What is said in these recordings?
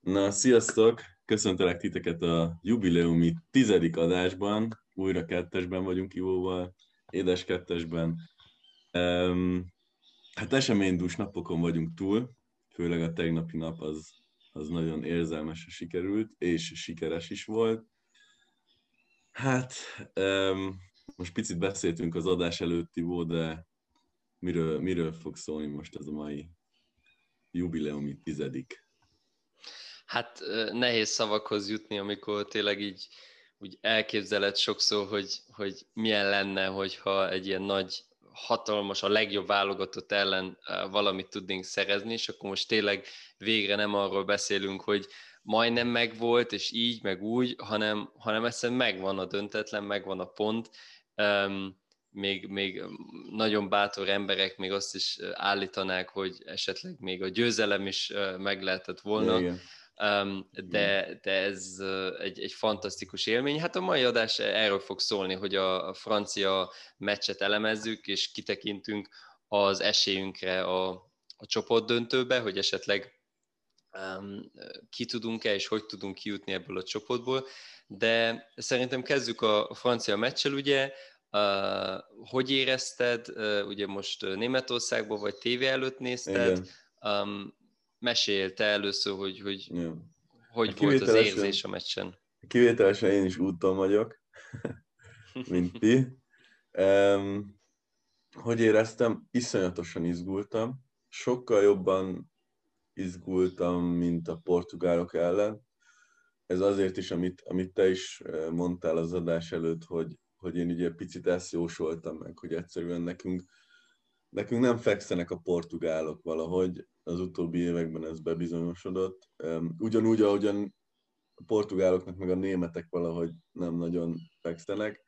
Na, sziasztok! Köszöntelek titeket a jubileumi 10. adásban. Újra kettesben vagyunk Ivóval, édes kettesben. Hát eseménydús napokon vagyunk túl, főleg a tegnapi nap az nagyon érzelmesen sikerült, és sikeres is volt. Hát, most picit beszéltünk az adás előtt, Ivó, de miről fog szólni most ez a mai jubileumi 10. Hát nehéz szavakhoz jutni, amikor tényleg így úgy elképzeled sokszor, hogy milyen lenne, hogyha egy ilyen nagy, hatalmas, a legjobb válogatott ellen valamit tudnénk szerezni, és akkor most tényleg végre nem arról beszélünk, hogy majdnem megvolt, és így, meg úgy, hanem egyszerűen megvan a döntetlen, megvan a pont. Még nagyon bátor emberek még azt is állítanák, hogy esetleg még a győzelem is meg lehetett Ja, volna. igen. De ez egy fantasztikus élmény. Hát a mai adás erről fog szólni, hogy a francia meccset elemezzük, és kitekintünk az esélyünkre a csoportdöntőbe, hogy esetleg ki tudunk-e, és hogy tudunk kijutni ebből a csoportból. De szerintem kezdjük a francia meccsel, ugye. Hogy érezted? Ugye most Németországban vagy tévé előtt nézted? Igen. Mesélj te először, Ja. Hát hogy volt az érzés a meccsen. kivételesen én is úton vagyok, mint ti. Hogy éreztem? Iszonyatosan izgultam. Sokkal jobban izgultam, mint a portugálok ellen. Ez azért is, amit te is mondtál az adás előtt, hogy én ugye picit ezt jósoltam meg, hogy egyszerűen nekünk nem fekszenek a portugálok valahogy. Az utóbbi években ez bebizonyosodott. Ugyanúgy, ahogyan a portugáloknak meg a németek valahogy nem nagyon fekszenek.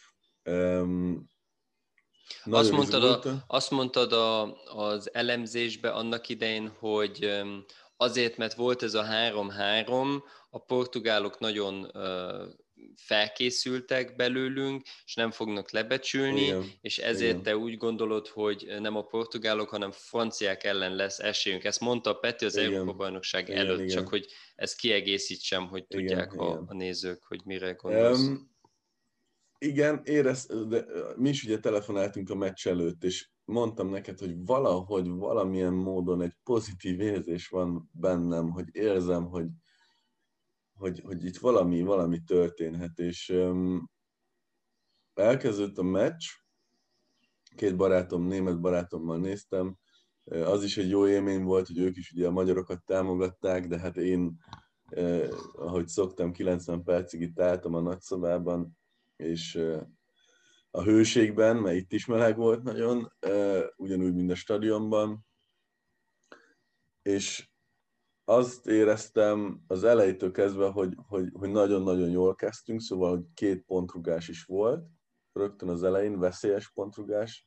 Azt Nagyon mondtad, izgultam. azt mondtad az elemzésbe annak idején, hogy azért, mert volt ez a 3-3, a portugálok nagyon felkészültek belőlünk, és nem fognak lebecsülni, Igen, és ezért igen, te úgy gondolod, hogy nem a portugálok, hanem franciák ellen lesz esélyünk. Ezt mondta Peti az igen, Európa-bajnokság igen, előtt, csak igen, hogy ezt kiegészítsem, hogy igen, tudják a igen. nézők, hogy mire gondolsz. Um, igen, de mi is ugye telefonáltunk a meccs előtt, és mondtam neked, hogy valahogy, valamilyen módon egy pozitív érzés van bennem, hogy érzem, hogy itt valami történhet, és elkezdődött a meccs, két barátom, német barátommal néztem, az is egy jó élmény volt, hogy ők is ugye a magyarokat támogatták, de hát én, ahogy szoktam, 90 percig itt álltam a nagyszobában, és a hőségben, mert itt is meleg volt nagyon, ugyanúgy, mint a stadionban, és azt éreztem az elejétől kezdve, hogy nagyon-nagyon jól kezdtünk, szóval, hogy 2 pontrugás is volt, rögtön az elején, veszélyes pontrugás,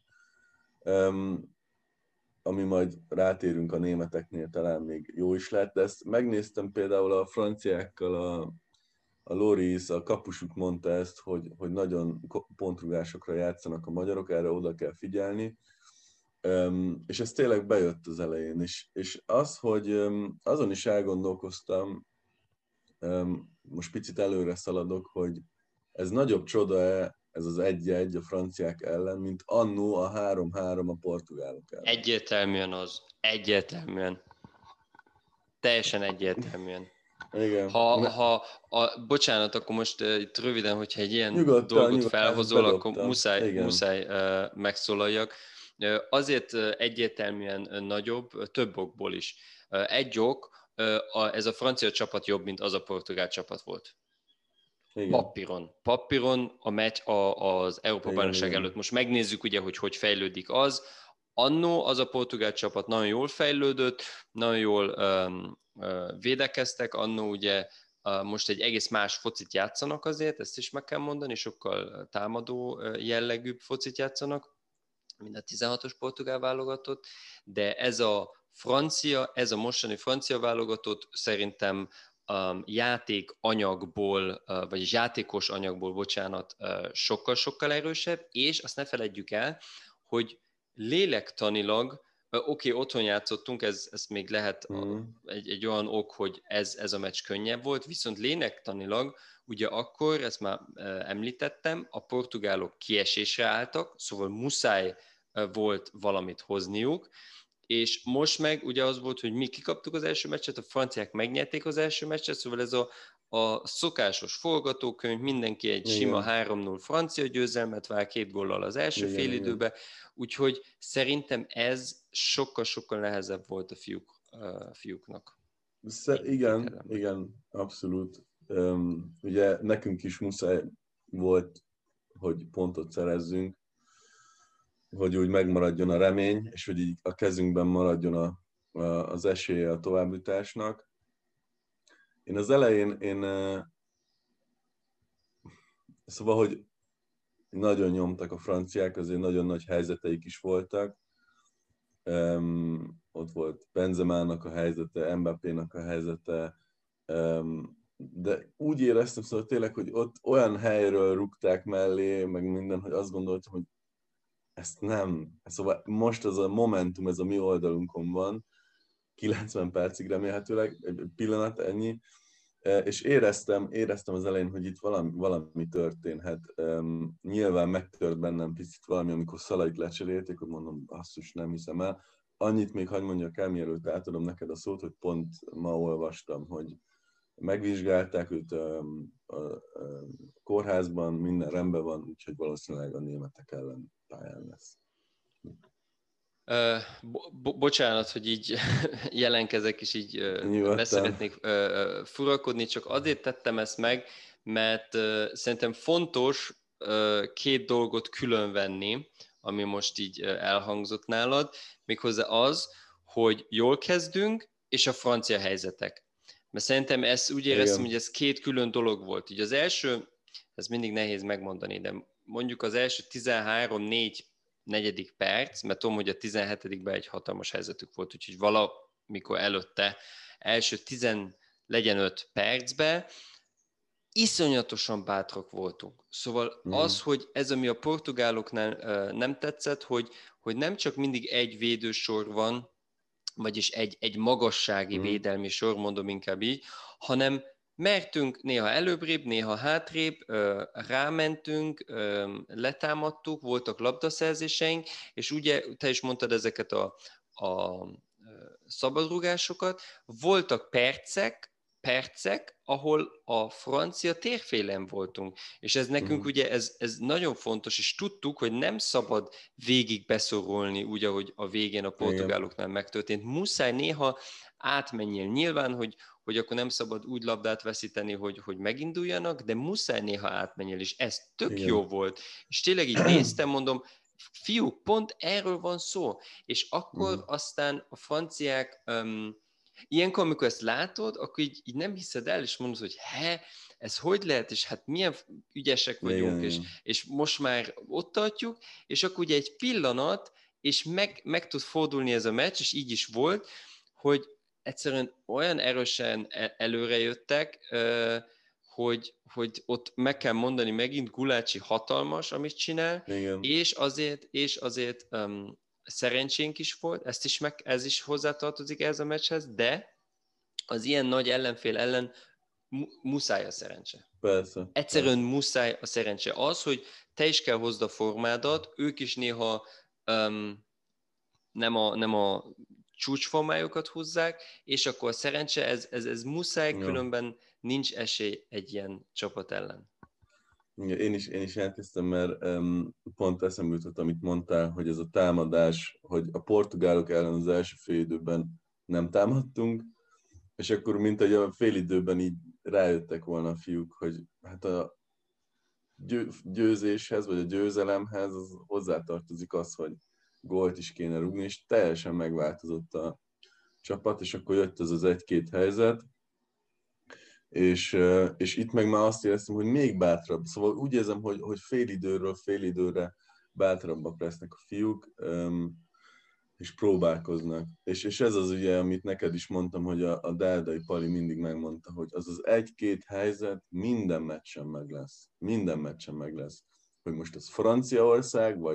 ami majd rátérünk a németeknél, talán még jó is lett, de ezt megnéztem például a franciákkal, a Loris, a kapusuk mondta ezt, hogy nagyon pontrugásokra játszanak a magyarok, erre oda kell figyelni, és ez tényleg bejött az elején, és az, hogy azon is elgondolkoztam, most picit előre szaladok, hogy ez nagyobb csoda-e, ez az 1-1 a franciák ellen, mint annó a 3-3 a portugálok ellen. Egyértelműen az. Egyértelműen. Teljesen egyértelműen. Igen. Bocsánat, akkor most itt röviden, hogyha egy ilyen dolgot Nyugodtan, ezt felhozol, akkor bedobtam. Igen. muszáj megszólaljak. Azért egyértelműen nagyobb, több okból is. Egy ok, ez a francia csapat jobb, mint az a portugál csapat volt. Igen. Papíron a meccs az Igen, Európa-bajnokság előtt. igen. Most megnézzük ugye, hogy fejlődik az. Annó az a portugál csapat nagyon jól fejlődött, nagyon jól védekeztek, annó ugye most egy egész más focit játszanak azért, ezt is meg kell mondani, sokkal támadó jellegűbb focit játszanak, mint a 16-os portugál válogatott, de ez a mostani francia válogatott szerintem játék anyagból, vagyis játékos anyagból, bocsánat, sokkal-sokkal erősebb, és azt ne feledjük el, hogy lélektanilag Oké, otthon játszottunk, ez még lehet egy olyan ok, hogy ez a meccs könnyebb volt, viszont lényegtanilag, ugye akkor, ezt már említettem, a portugálok kiesésre álltak, szóval muszáj volt valamit hozniuk, és most meg ugye az volt, hogy mi kikaptuk az első meccset, a franciák megnyerték az első meccset, szóval ez a szokásos forgatókönyv, mindenki egy sima 3-0 francia győzelmet vár 2 góllal az első félidőbe, úgyhogy szerintem ez sokkal-sokkal nehezebb volt a fiúknak. Igen, abszolút. Ugye nekünk is muszáj volt, hogy pontot szerezzünk, hogy úgy megmaradjon a remény, és hogy így a kezünkben maradjon az esélye a továbbjutásnak. Én az elején, szóval, hogy nagyon nyomtak a franciák, azért nagyon nagy helyzeteik is voltak. Ott volt Benzemának a helyzete, Mbappénak a helyzete, de úgy éreztem, szóval tényleg, hogy ott olyan helyről rúgták mellé, meg minden, hogy azt gondoltam, hogy ezt nem. Szóval most ez a momentum, ez a mi oldalunkon van, 90 percig remélhetőleg, egy pillanat, ennyi, és éreztem az elején, hogy itt valami történhet. Nyilván megtört bennem picit valami, amikor Szalait lecserélték, hogy mondom, basszus, nem hiszem el. Annyit még hadd mondjak el, mielőtt átadom neked a szót, hogy pont ma olvastam, hogy megvizsgálták őt a kórházban, minden rendben van, úgyhogy valószínűleg a németek ellen pályán lesz. Bocsánat, hogy így jelenkezek, és így beszeretnék furakodni, csak azért tettem ezt meg, mert szerintem fontos 2 dolgot különvenni, ami most így elhangzott nálad, méghozzá az, hogy jól kezdünk, és a francia helyzetek. Mert szerintem ezt úgy éreztem, hogy ez 2 külön dolog volt. Így az első, ez mindig nehéz megmondani, de mondjuk az első 13-4 negyedik perc, mert tudom, hogy a 17-ben egy hatalmas helyzetük volt, úgyhogy valamikor előtte első 15 percben iszonyatosan bátrak voltunk. Szóval az, hogy ez, ami a portugáloknál nem tetszett, hogy nem csak mindig egy védősor van, vagyis egy magassági védelmi sor, mondom inkább így, hanem mertünk néha előbbrébb, néha hátrébb, rámentünk, letámadtuk, voltak labdaszerzéseink, és ugye te is mondtad ezeket a szabadrúgásokat, voltak percek, ahol a francia térfélen voltunk. És ez nekünk ugye ez nagyon fontos, és tudtuk, hogy nem szabad végig beszorolni, úgy, ahogy a végén a portugáloknál megtörtént. Muszáj néha átmenjél. Nyilván, hogy akkor nem szabad úgy labdát veszíteni, hogy meginduljanak, de muszáj néha átmenjél, és ez tök jó volt. És tényleg így néztem, mondom, fiúk, pont erről van szó. És akkor aztán a franciák, ilyenkor, amikor ezt látod, akkor így nem hiszed el, és mondod, hogy ez hogy lehet, és hát milyen ügyesek vagyunk, és most már ott tartjuk, és akkor ugye egy pillanat, és meg tud fordulni ez a meccs, és így is volt, hogy egyszerűen olyan erősen előrejöttek, hogy ott meg kell mondani megint, Gulácsi hatalmas, amit csinál, és azért szerencsénk is volt, ez is hozzátartozik ehhez a meccshez, de az ilyen nagy ellenfél ellen muszáj a szerencse. Persze. Egyszerűen muszáj a szerencse. Az, hogy te is kell hozd a formádat, ők is néha nem a csúcsformájukat húzzák, és akkor a szerencse, ez muszáj, különben nincs esély egy ilyen csapat ellen. Én is elkezdtem, mert pont eszembe jutott, amit mondtál, hogy ez a támadás, hogy a portugálok ellen az első félidőben nem támadtunk, és akkor mint hogy a félidőben így rájöttek volna a fiúk, hogy hát a győzéshez, vagy a győzelemhez az hozzátartozik az, hogy gólt is kéne rúgni, és teljesen megváltozott a csapat, és akkor jött ez az 1-2 helyzet, és itt meg már azt éreztem, hogy még bátrabb. Szóval úgy érzem, hogy félidőről félidőre bátrabbak lesznek a fiúk, és próbálkoznak. És ez az ugye, amit neked is mondtam, hogy a Dáldai Pali mindig megmondta, hogy az 1-2 helyzet minden meccsen meg lesz. Minden meccsen meg lesz. Hogy most az Franciaország, vagy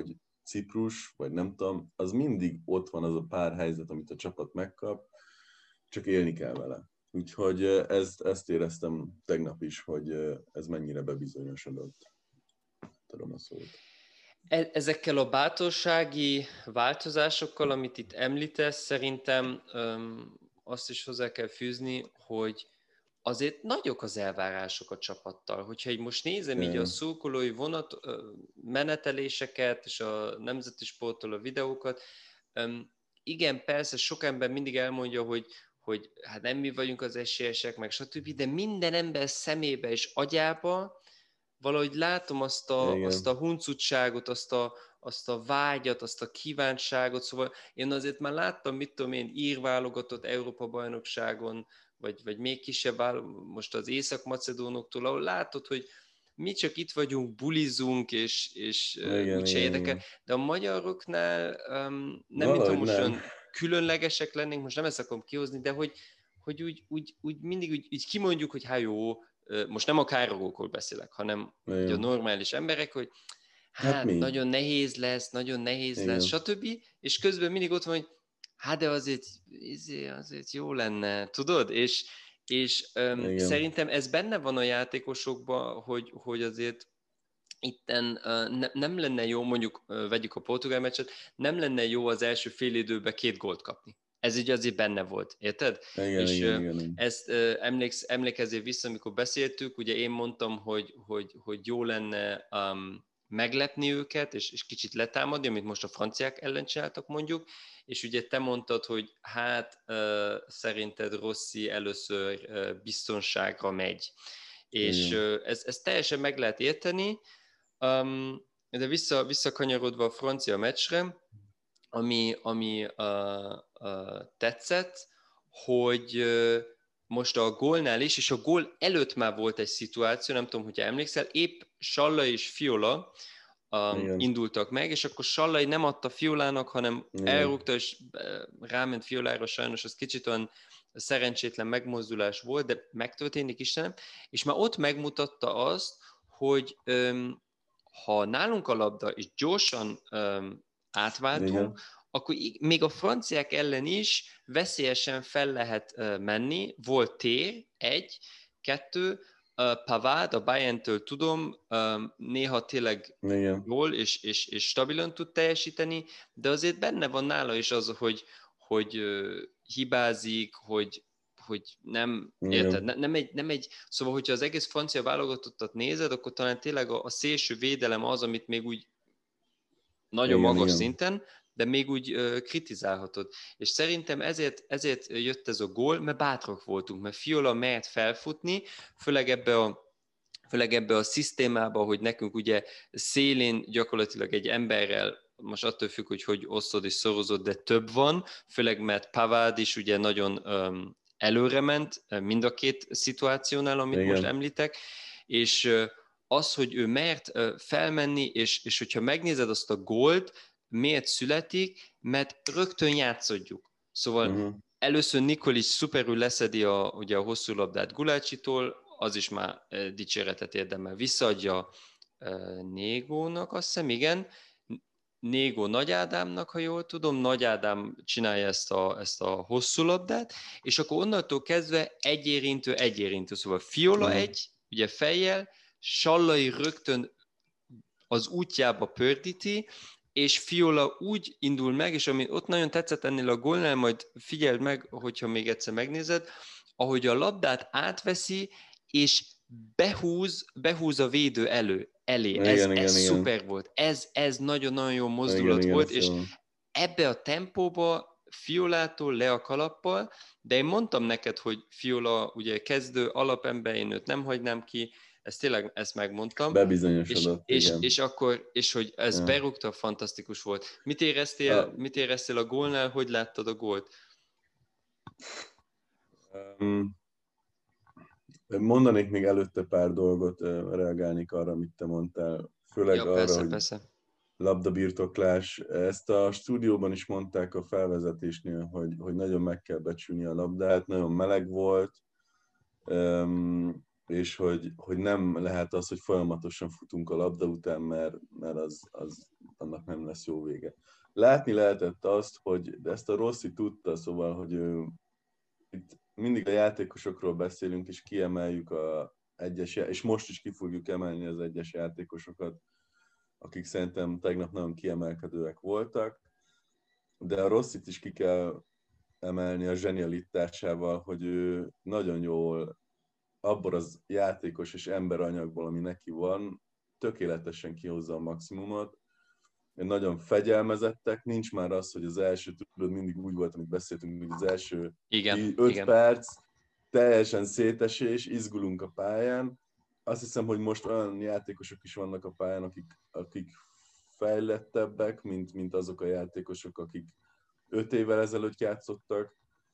Ciprus, vagy nem tudom, az mindig ott van az a pár helyzet, amit a csapat megkap, csak élni kell vele. Úgyhogy ezt éreztem tegnap is, hogy ez mennyire bebizonyosodott. Tudom a szót. Ezekkel a bátorsági változásokkal, amit itt említesz, szerintem azt is hozzá kell fűzni, hogy azért nagyok az elvárások a csapattal. Hogyha így most nézem így a szurkolói vonat meneteléseket és a nemzeti sporttól a videókat, igen, persze sok ember mindig elmondja, hogy hát nem mi vagyunk az esélyesek, meg stb., de minden ember szemébe és agyába valahogy látom azt a huncutságot, azt a vágyat, azt a kíváncságot, szóval én azért már láttam, mit tudom én, ír-válogatott Európa-bajnokságon, vagy még kisebb, most az észak-macedónoktól, ahol látod, hogy mi csak itt vagyunk, bulizunk, és úgyse érdekel, de a magyaroknál nem mintha most olyan különlegesek lennénk, most nem ezt akarom kihozni, de hogy úgy mindig úgy kimondjuk, hogy hát jó, most nem a károgókról beszélek, hanem a normális emberek, hogy hát nagyon nehéz lesz, stb. És közben mindig ott van, hogy hát de azért jó lenne, tudod? És szerintem ez benne van a játékosokban, hogy azért itten nem lenne jó, mondjuk vegyük a portugál meccset, nem lenne jó az első fél időben 2 gólt kapni. Ez így azért benne volt, érted? Igen. Ezt emlékezzél vissza, amikor beszéltük, ugye én mondtam, hogy jó lenne meglepni őket, és kicsit letámadni, amit most a franciák ellen csináltak mondjuk, és ugye te mondtad, hogy hát szerinted Rossi először biztonságra megy. És ezt teljesen meg lehet érteni, de visszakanyarodva a francia meccsre, ami tetszett, hogy most a gólnál is, és a gól előtt már volt egy szituáció, nem tudom, hogyha emlékszel, épp Sallai és Fiola indultak meg, és akkor Sallai nem adta Fiolának, hanem elrúgta, és ráment Fiolára, sajnos az kicsit olyan szerencsétlen megmozdulás volt, de megtörténik, Istenem, és már ott megmutatta azt, hogy ha nálunk a labda, és gyorsan átváltunk, akkor még a franciák ellen is veszélyesen fel lehet menni. Volt tér, 1, 2, Pavard, a Bayerntől tudom, néha tényleg jól és stabilan tud teljesíteni, de azért benne van nála is az, hogy hibázik, hogy nem, érted? Nem egy, szóval, hogyha az egész francia válogatottat nézed, akkor talán tényleg a szélső védelem az, amit még úgy nagyon magas szinten, de még úgy kritizálhatod. És szerintem ezért jött ez a gól, mert bátrak voltunk, mert Fiola mert felfutni, főleg ebbe a szisztémába, hogy nekünk ugye szélén gyakorlatilag egy emberrel, most attól függ, hogy osztod és szorozod, de több van, főleg mert Pavard is ugye nagyon előre ment mind a két szituációnál, amit most említek, és az, hogy ő mert felmenni, és hogyha megnézed azt a gólt, miért születik, mert rögtön játszodjuk. Szóval először Nikolic szuperül leszedi ugye a hosszú labdát Gulácsitól, az is már dicséretet érdemel. Visszaadja Négónak, azt hiszem, igen. Négó Nagy Ádámnak, ha jól tudom, Nagy Ádám csinálja ezt a hosszú labdát, és akkor onnantól kezdve egy érintő. Szóval Fiola ugye fejjel, Sallai rögtön az útjába pördíti, és Fiola úgy indul meg, és ami ott nagyon tetszett ennél a gólnál, majd figyeld meg, hogyha még egyszer megnézed, ahogy a labdát átveszi, és behúz a védő elé. Ez szuper volt. Ez nagyon-nagyon jó mozdulat volt, és ebbe a tempóba Fiolától le a kalappal, de én mondtam neked, hogy Fiola ugye kezdő alapember, én őt nem hagynám ki, ezt megmondtam. Bebizonyosodott, és hogy ez berúgta, fantasztikus volt. Mit éreztél a gólnál, hogy láttad a gólt? Mondanék még előtte pár dolgot, reagálnék arra, amit te mondtál. Főleg arra, hogy labdabirtoklás. Ezt a stúdióban is mondták a felvezetésnél, hogy nagyon meg kell becsülni a labdát, nagyon meleg volt. és hogy nem lehet az, hogy folyamatosan futunk a labda után, mert annak nem lesz jó vége. Látni lehetett azt, hogy de ezt a Rossi tudta, szóval, hogy ő, itt mindig a játékosokról beszélünk, és kiemeljük és most is ki fogjuk emelni az egyes játékosokat, akik szerintem tegnap nagyon kiemelkedőek voltak, de a Rossit is ki kell emelni a zsenialitásával, hogy ő nagyon jól abból az játékos és emberanyagból, ami neki van, tökéletesen kihozza a maximumot. Nagyon fegyelmezettek, nincs már az, hogy az első, tudod, mindig úgy volt, amit beszéltünk, hogy az első 5 perc teljesen szétesés, izgulunk a pályán. Azt hiszem, hogy most olyan játékosok is vannak a pályán, akik fejlettebbek, mint azok a játékosok, akik 5 évvel ezelőtt játszottak.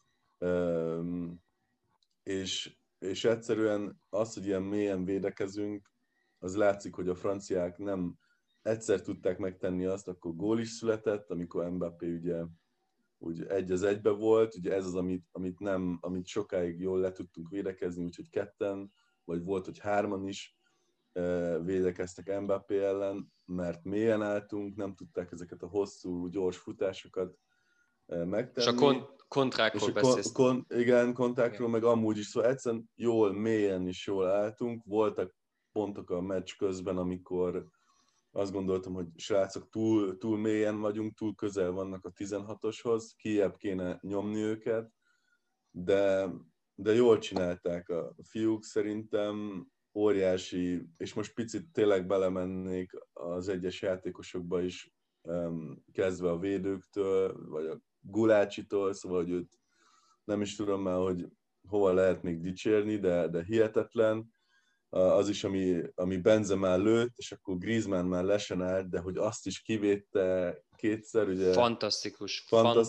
És egyszerűen az, hogy ilyen mélyen védekezünk, az látszik, hogy a franciák nem egyszer tudták megtenni azt, akkor gól is született, amikor Mbappé ugye úgy 1-1 volt, ugye ez az, amit sokáig jól le tudtunk védekezni, úgyhogy 2-en, vagy volt, hogy 3-an is védekeztek Mbappé ellen, mert mélyen álltunk, nem tudták ezeket a hosszú, gyors futásokat megtenni. És a kontrákról beszélsz. Igen, kontrákról, meg amúgy is, szóval egyszerűen jól, mélyen is jól álltunk. Voltak pontok a meccs közben, amikor azt gondoltam, hogy srácok, túl mélyen vagyunk, túl közel vannak a 16-oshoz, kijebb kéne nyomni őket, de jól csinálták a fiúk, szerintem óriási, és most picit tényleg belemennék az egyes játékosokba is, kezdve a védőktől, vagy a Gulácsitól, szóval, hogy őt nem is tudom már, hogy hova lehet még dicsérni, de hihetetlen. Az is, ami Benzema lőtt, és akkor Griezmann már lesen állt, de hogy azt is kivédte kétszer, ugye... Fantasztikus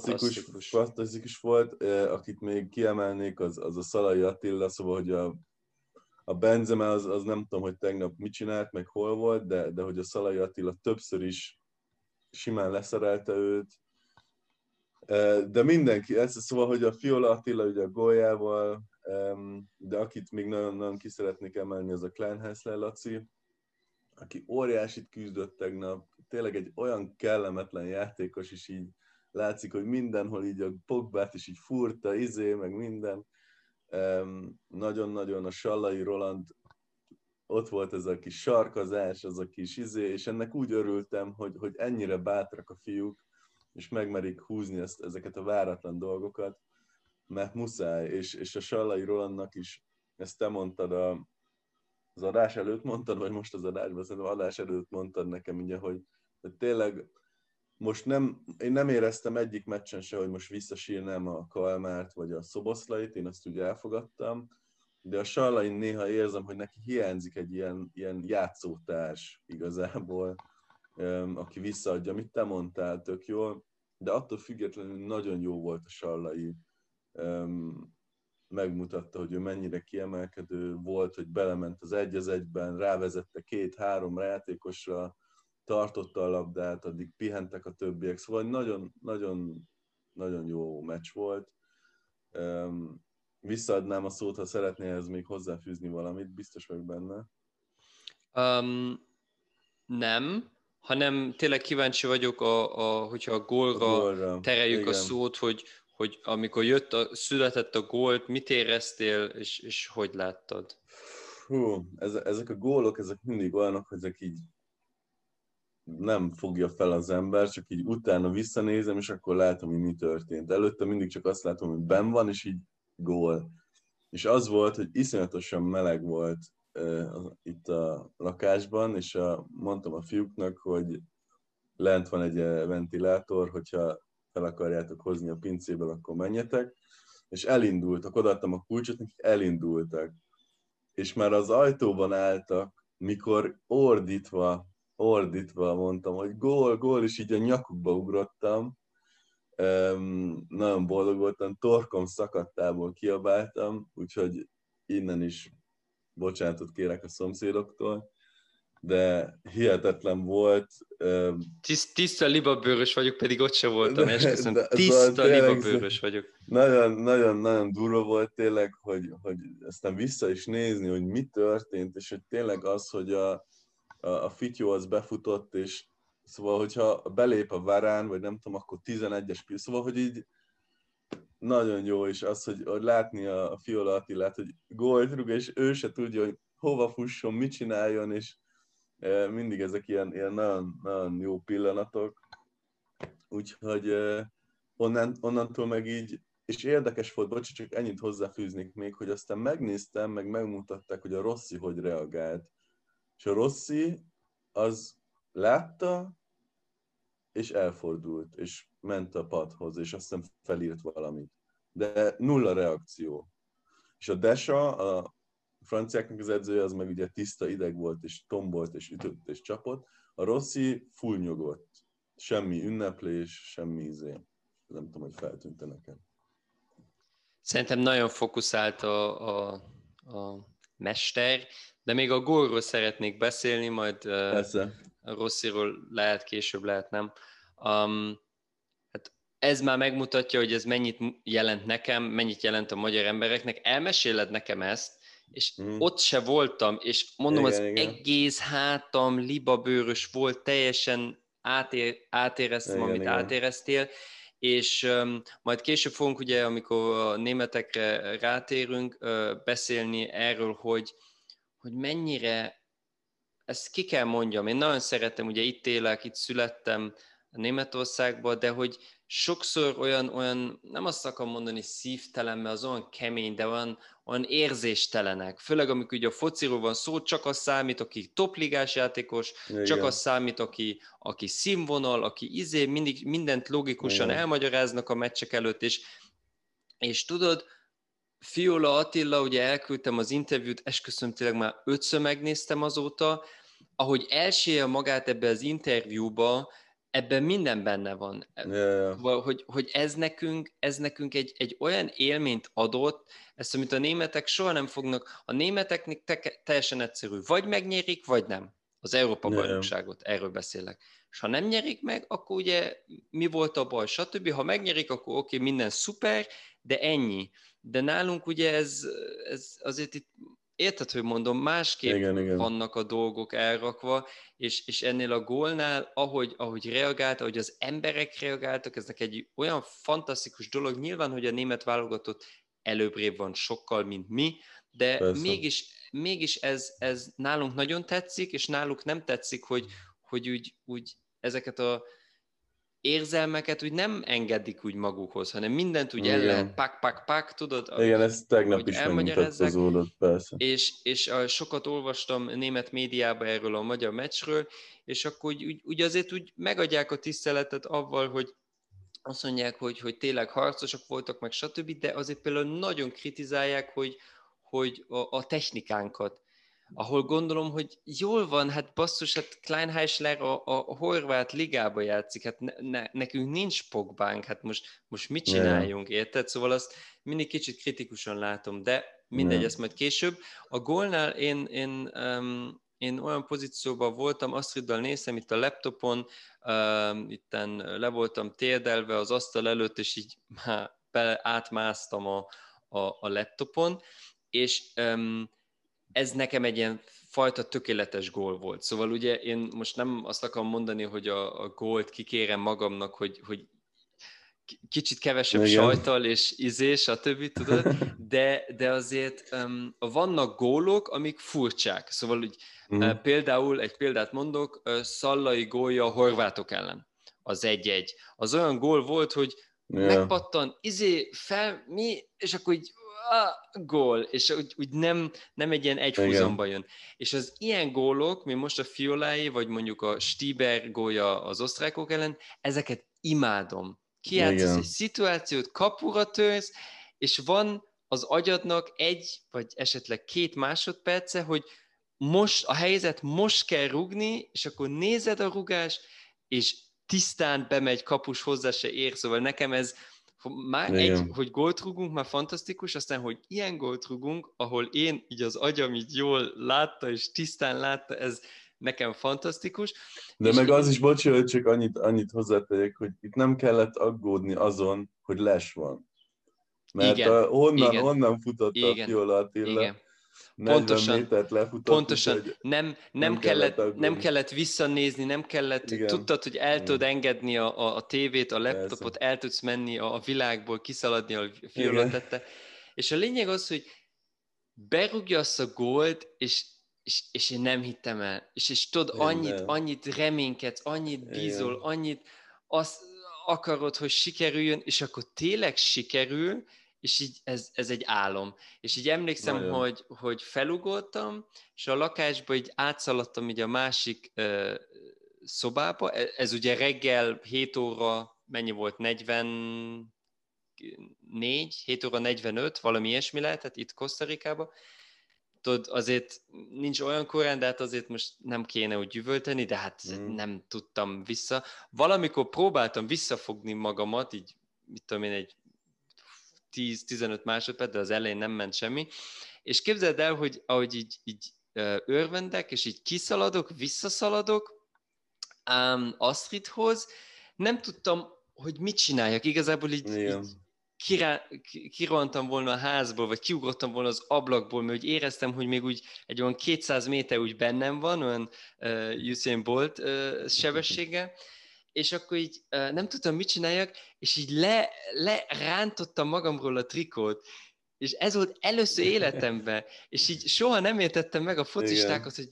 volt. Akit még kiemelnék, az a Szalai Attila, szóval, hogy a Benzema az nem tudom, hogy tegnap mit csinált, meg hol volt, de hogy a Szalai Attila többször is simán leszerelte őt. De mindenki, szóval, hogy a Fiola Attila ugye a góljával, de akit még nagyon ki szeretnék emelni, az a Kleinhässler Laci, aki óriásit küzdött tegnap, tényleg egy olyan kellemetlen játékos, és így látszik, hogy mindenhol így a Pogbát is így furta, meg minden. Nagyon-nagyon a Sallai Roland, ott volt ez a kis sarkazás, az a kis és ennek úgy örültem, hogy ennyire bátrak a fiúk, és megmerik húzni ezeket a váratlan dolgokat, mert muszáj, és a Sallai Rolandnak is, ezt te mondtad, az adás előtt mondtad, vagy most az adásban, szerintem adás előtt mondtad nekem, ugye, hogy tényleg most én nem éreztem egyik meccsen se, hogy most visszasírnám a Kalmárt, vagy a Szoboszlait, én azt ugye elfogadtam, de a Sallain néha érzem, hogy neki hiányzik egy ilyen játszótárs igazából, aki visszaadja, amit te mondtál, tök jól, de attól függetlenül nagyon jó volt a Sallai. Megmutatta, hogy ő mennyire kiemelkedő volt, hogy belement az 1-1-ben, rávezette 2-3 játékosra, tartotta a labdát, addig pihentek a többiek, szóval nagyon, nagyon, nagyon jó meccs volt. Visszaadnám a szót, ha szeretnél ez még hozzáfűzni valamit, biztos vagyok benne. Nem, hanem tényleg kíváncsi vagyok, hogyha a gólra tereljük igen. A szót, hogy amikor született a gólt, mit éreztél, és hogy láttad? Ezek a gólok, ezek mindig olyanok, hogy ezek így nem fogja fel az ember, csak így utána visszanézem, és akkor látom, hogy mi történt. Előtte mindig csak azt látom, hogy benn van, és így gól. És az volt, hogy iszonyatosan meleg volt itt a lakásban, és mondtam a fiúknak, hogy lent van egy ventilátor, hogyha fel akarjátok hozni a pincéből, akkor menjetek. És elindultak, odaadtam a kulcsot, nekik elindultak. És már az ajtóban álltak, mikor ordítva mondtam, hogy gól, és így a nyakukba ugrottam. Nagyon boldog voltam, torkom szakadtából kiabáltam, úgyhogy innen is bocsánatot kérek a szomszédoktól. de hihetetlen volt. Tiszta libabőrös vagyok, pedig ott se voltam, esküszöm. Szóval Tiszta libabőrös vagyok. Nagyon durva volt tényleg, hogy aztán vissza is nézni, hogy mi történt, és hogy tényleg az, hogy a Fityó az befutott, és szóval, hogyha belép a Varán, vagy nem tudom, akkor 11-es pillanat, szóval, hogy így nagyon jó, és az, hogy látni a Fiola Attilát, hogy gólt rúg, és ő se tudja, hogy hova fusson, mit csináljon, és mindig ezek ilyen nagyon, nagyon jó pillanatok. Úgyhogy onnantól meg így, és érdekes volt, bocs, csak ennyit hozzáfűznék még, hogy aztán megnéztem, meg megmutatták, hogy a Rossi hogy reagált. És a Rossi az látta, és elfordult, és ment a padhoz, és aztán felírt valamit. De nulla reakció. És a Desa, a franciáknak az edzője, az meg ugye tiszta ideg volt, és tombolt, és ütött, és csapott. A Rossi full nyugodt. Semmi ünneplés, semmi izé. Nem tudom, hogy feltűnte nekem. Szerintem nagyon fókuszált a mester, de még a gólról szeretnék beszélni, majd a Rossiról lehet később, lehet nem. Hát ez már megmutatja, hogy ez mennyit jelent nekem, mennyit jelent a magyar embereknek. Elmeséled nekem ezt, és ott se voltam, és mondom, igen. Egész hátam libabőrös volt, teljesen átéreztem, amit átéreztél, és majd később fogunk ugye, amikor a németekre rátérünk, beszélni erről, hogy mennyire, ezt ki kell mondjam, én nagyon szeretem, ugye itt élek, itt születtem Németországban, de hogy sokszor olyan, nem azt akarom mondani szívtelen, mert az olyan kemény, de olyan érzéstelenek. Főleg amikor ugye a fociról van szó, csak az számít, aki topligás játékos, igen. Csak az számít, aki színvonal, aki mindig mindent logikusan igen. Elmagyaráznak a meccsek előtt, és tudod, Fiola Attila, ugye elküldtem az interjút, esküszöm, tényleg már 5-ször megnéztem azóta, ahogy elsírja magát ebbe az interjúba, ebben minden benne van. Yeah. Hogy ez nekünk egy olyan élményt adott, ezt, amit a németek soha nem fognak, a németeknek teljesen egyszerű, vagy megnyerik, vagy nem. Az Európa-bajnokságot, erről beszélek. És ha nem nyerik meg, akkor ugye mi volt a baj, stb. Ha megnyerik, akkor oké, minden szuper, de ennyi. De nálunk ugye ez azért itt, érted, hogy mondom, másképp igen. Vannak a dolgok elrakva, és ennél a gólnál, ahogy reagált, ahogy az emberek reagáltak, ez egy olyan fantasztikus dolog. Nyilván, hogy a német válogatott előbbrébb van sokkal, mint mi, de persze. mégis ez nálunk nagyon tetszik, és náluk nem tetszik, hogy úgy ezeket a érzelmeket úgy nem engedik úgy magukhoz, hanem mindent úgy el lehet pak, tudod? Igen, ezt tegnap is megmutatkozódott, persze. És sokat olvastam német médiában erről a magyar meccsről, és akkor úgy azért úgy megadják a tiszteletet avval, hogy azt mondják, hogy tényleg harcosak voltak, meg stb., de azért például nagyon kritizálják, hogy a technikánkat, ahol gondolom, hogy jól van, hát basszus, hát Kleinheisler a horvát ligába játszik, hát nekünk nincs Pogbánk, hát most mit csináljunk, érted? Szóval azt mindig kicsit kritikusan látom, de mindegy, ezt majd később. A gólnál én olyan pozícióban voltam, Astriddal néztem itt a laptopon, itten le voltam térdelve az asztal előtt, és így átmásztam a laptopon, és ez nekem egy ilyen fajta tökéletes gól volt. Szóval ugye én most nem azt akarom mondani, hogy a gólt kikérem magamnak, hogy kicsit kevesebb sajttal és stb. Tudod? De azért vannak gólok, amik furcsák. Szóval úgy, például, egy példát mondok, Szallai gólja a horvátok ellen. Az 1-1. Az olyan gól volt, hogy megpattan, és akkor így gól, és úgy nem egy ilyen egyhuzamba jön. És az ilyen gólok, mint most a Fioláé, vagy mondjuk a Stieber gólja az osztrákok ellen, ezeket imádom. Kijátszasz egy szituációt, kapura törsz, és van az agyadnak 1 vagy esetleg 2 másodperce, hogy most a helyzet, most kell rugni, és akkor nézed a rugást, és tisztán bemegy kapus, hozzá se ér, szóval nekem ez már hogy gólt rugunk, már fantasztikus, aztán, hogy ilyen gólt rugunk, ahol én így az agyam így jól látta, és tisztán látta, ez nekem fantasztikus. De meg az is, bocs, hogy csak annyit hozzátegyek, hogy itt nem kellett aggódni azon, hogy les van. Mert honnan futott a Fiola Attila? Igen. 40 métert lefutott. Pontosan. Nem kellett visszanézni, nem kellett, igen. Tudtad, hogy el tudod engedni a tévét, a laptopot, persze. El tudsz menni a világból, kiszaladni, a Fiola tette. És a lényeg az, hogy berúgja azt a gólt, és én nem hittem el. És tudod, annyit reménykedsz, annyit bízol, igen. Annyit azt akarod, hogy sikerüljön, és akkor tényleg sikerül, és így ez egy álom. És így emlékszem, hogy felugoltam, és a lakásba így átszaladtam így a másik szobába. Ez ugye reggel 7 óra, mennyi volt? 7 óra 45, valami ilyesmi lehetett itt Kosztarikában. Tudod, azért nincs olyan korán, de hát azért most nem kéne úgy üvölteni, de hát nem tudtam vissza. Valamikor próbáltam visszafogni magamat, így, mit tudom én, egy 10-15 másodperc, de az elején nem ment semmi. És képzeld el, hogy ahogy így örvendek, és így kiszaladok, visszaszaladok Astridhoz, nem tudtam, hogy mit csináljak. Igazából így kirohantam volna a házból, vagy kiugrottam volna az ablakból, mert úgy éreztem, hogy még úgy egy olyan 200 méter úgy bennem van, olyan Usain Bolt sebességgel, és akkor így nem tudtam, mit csináljak, és így lerántottam magamról a trikót, és ez volt először életemben, és így soha nem értettem meg a focistákat, hogy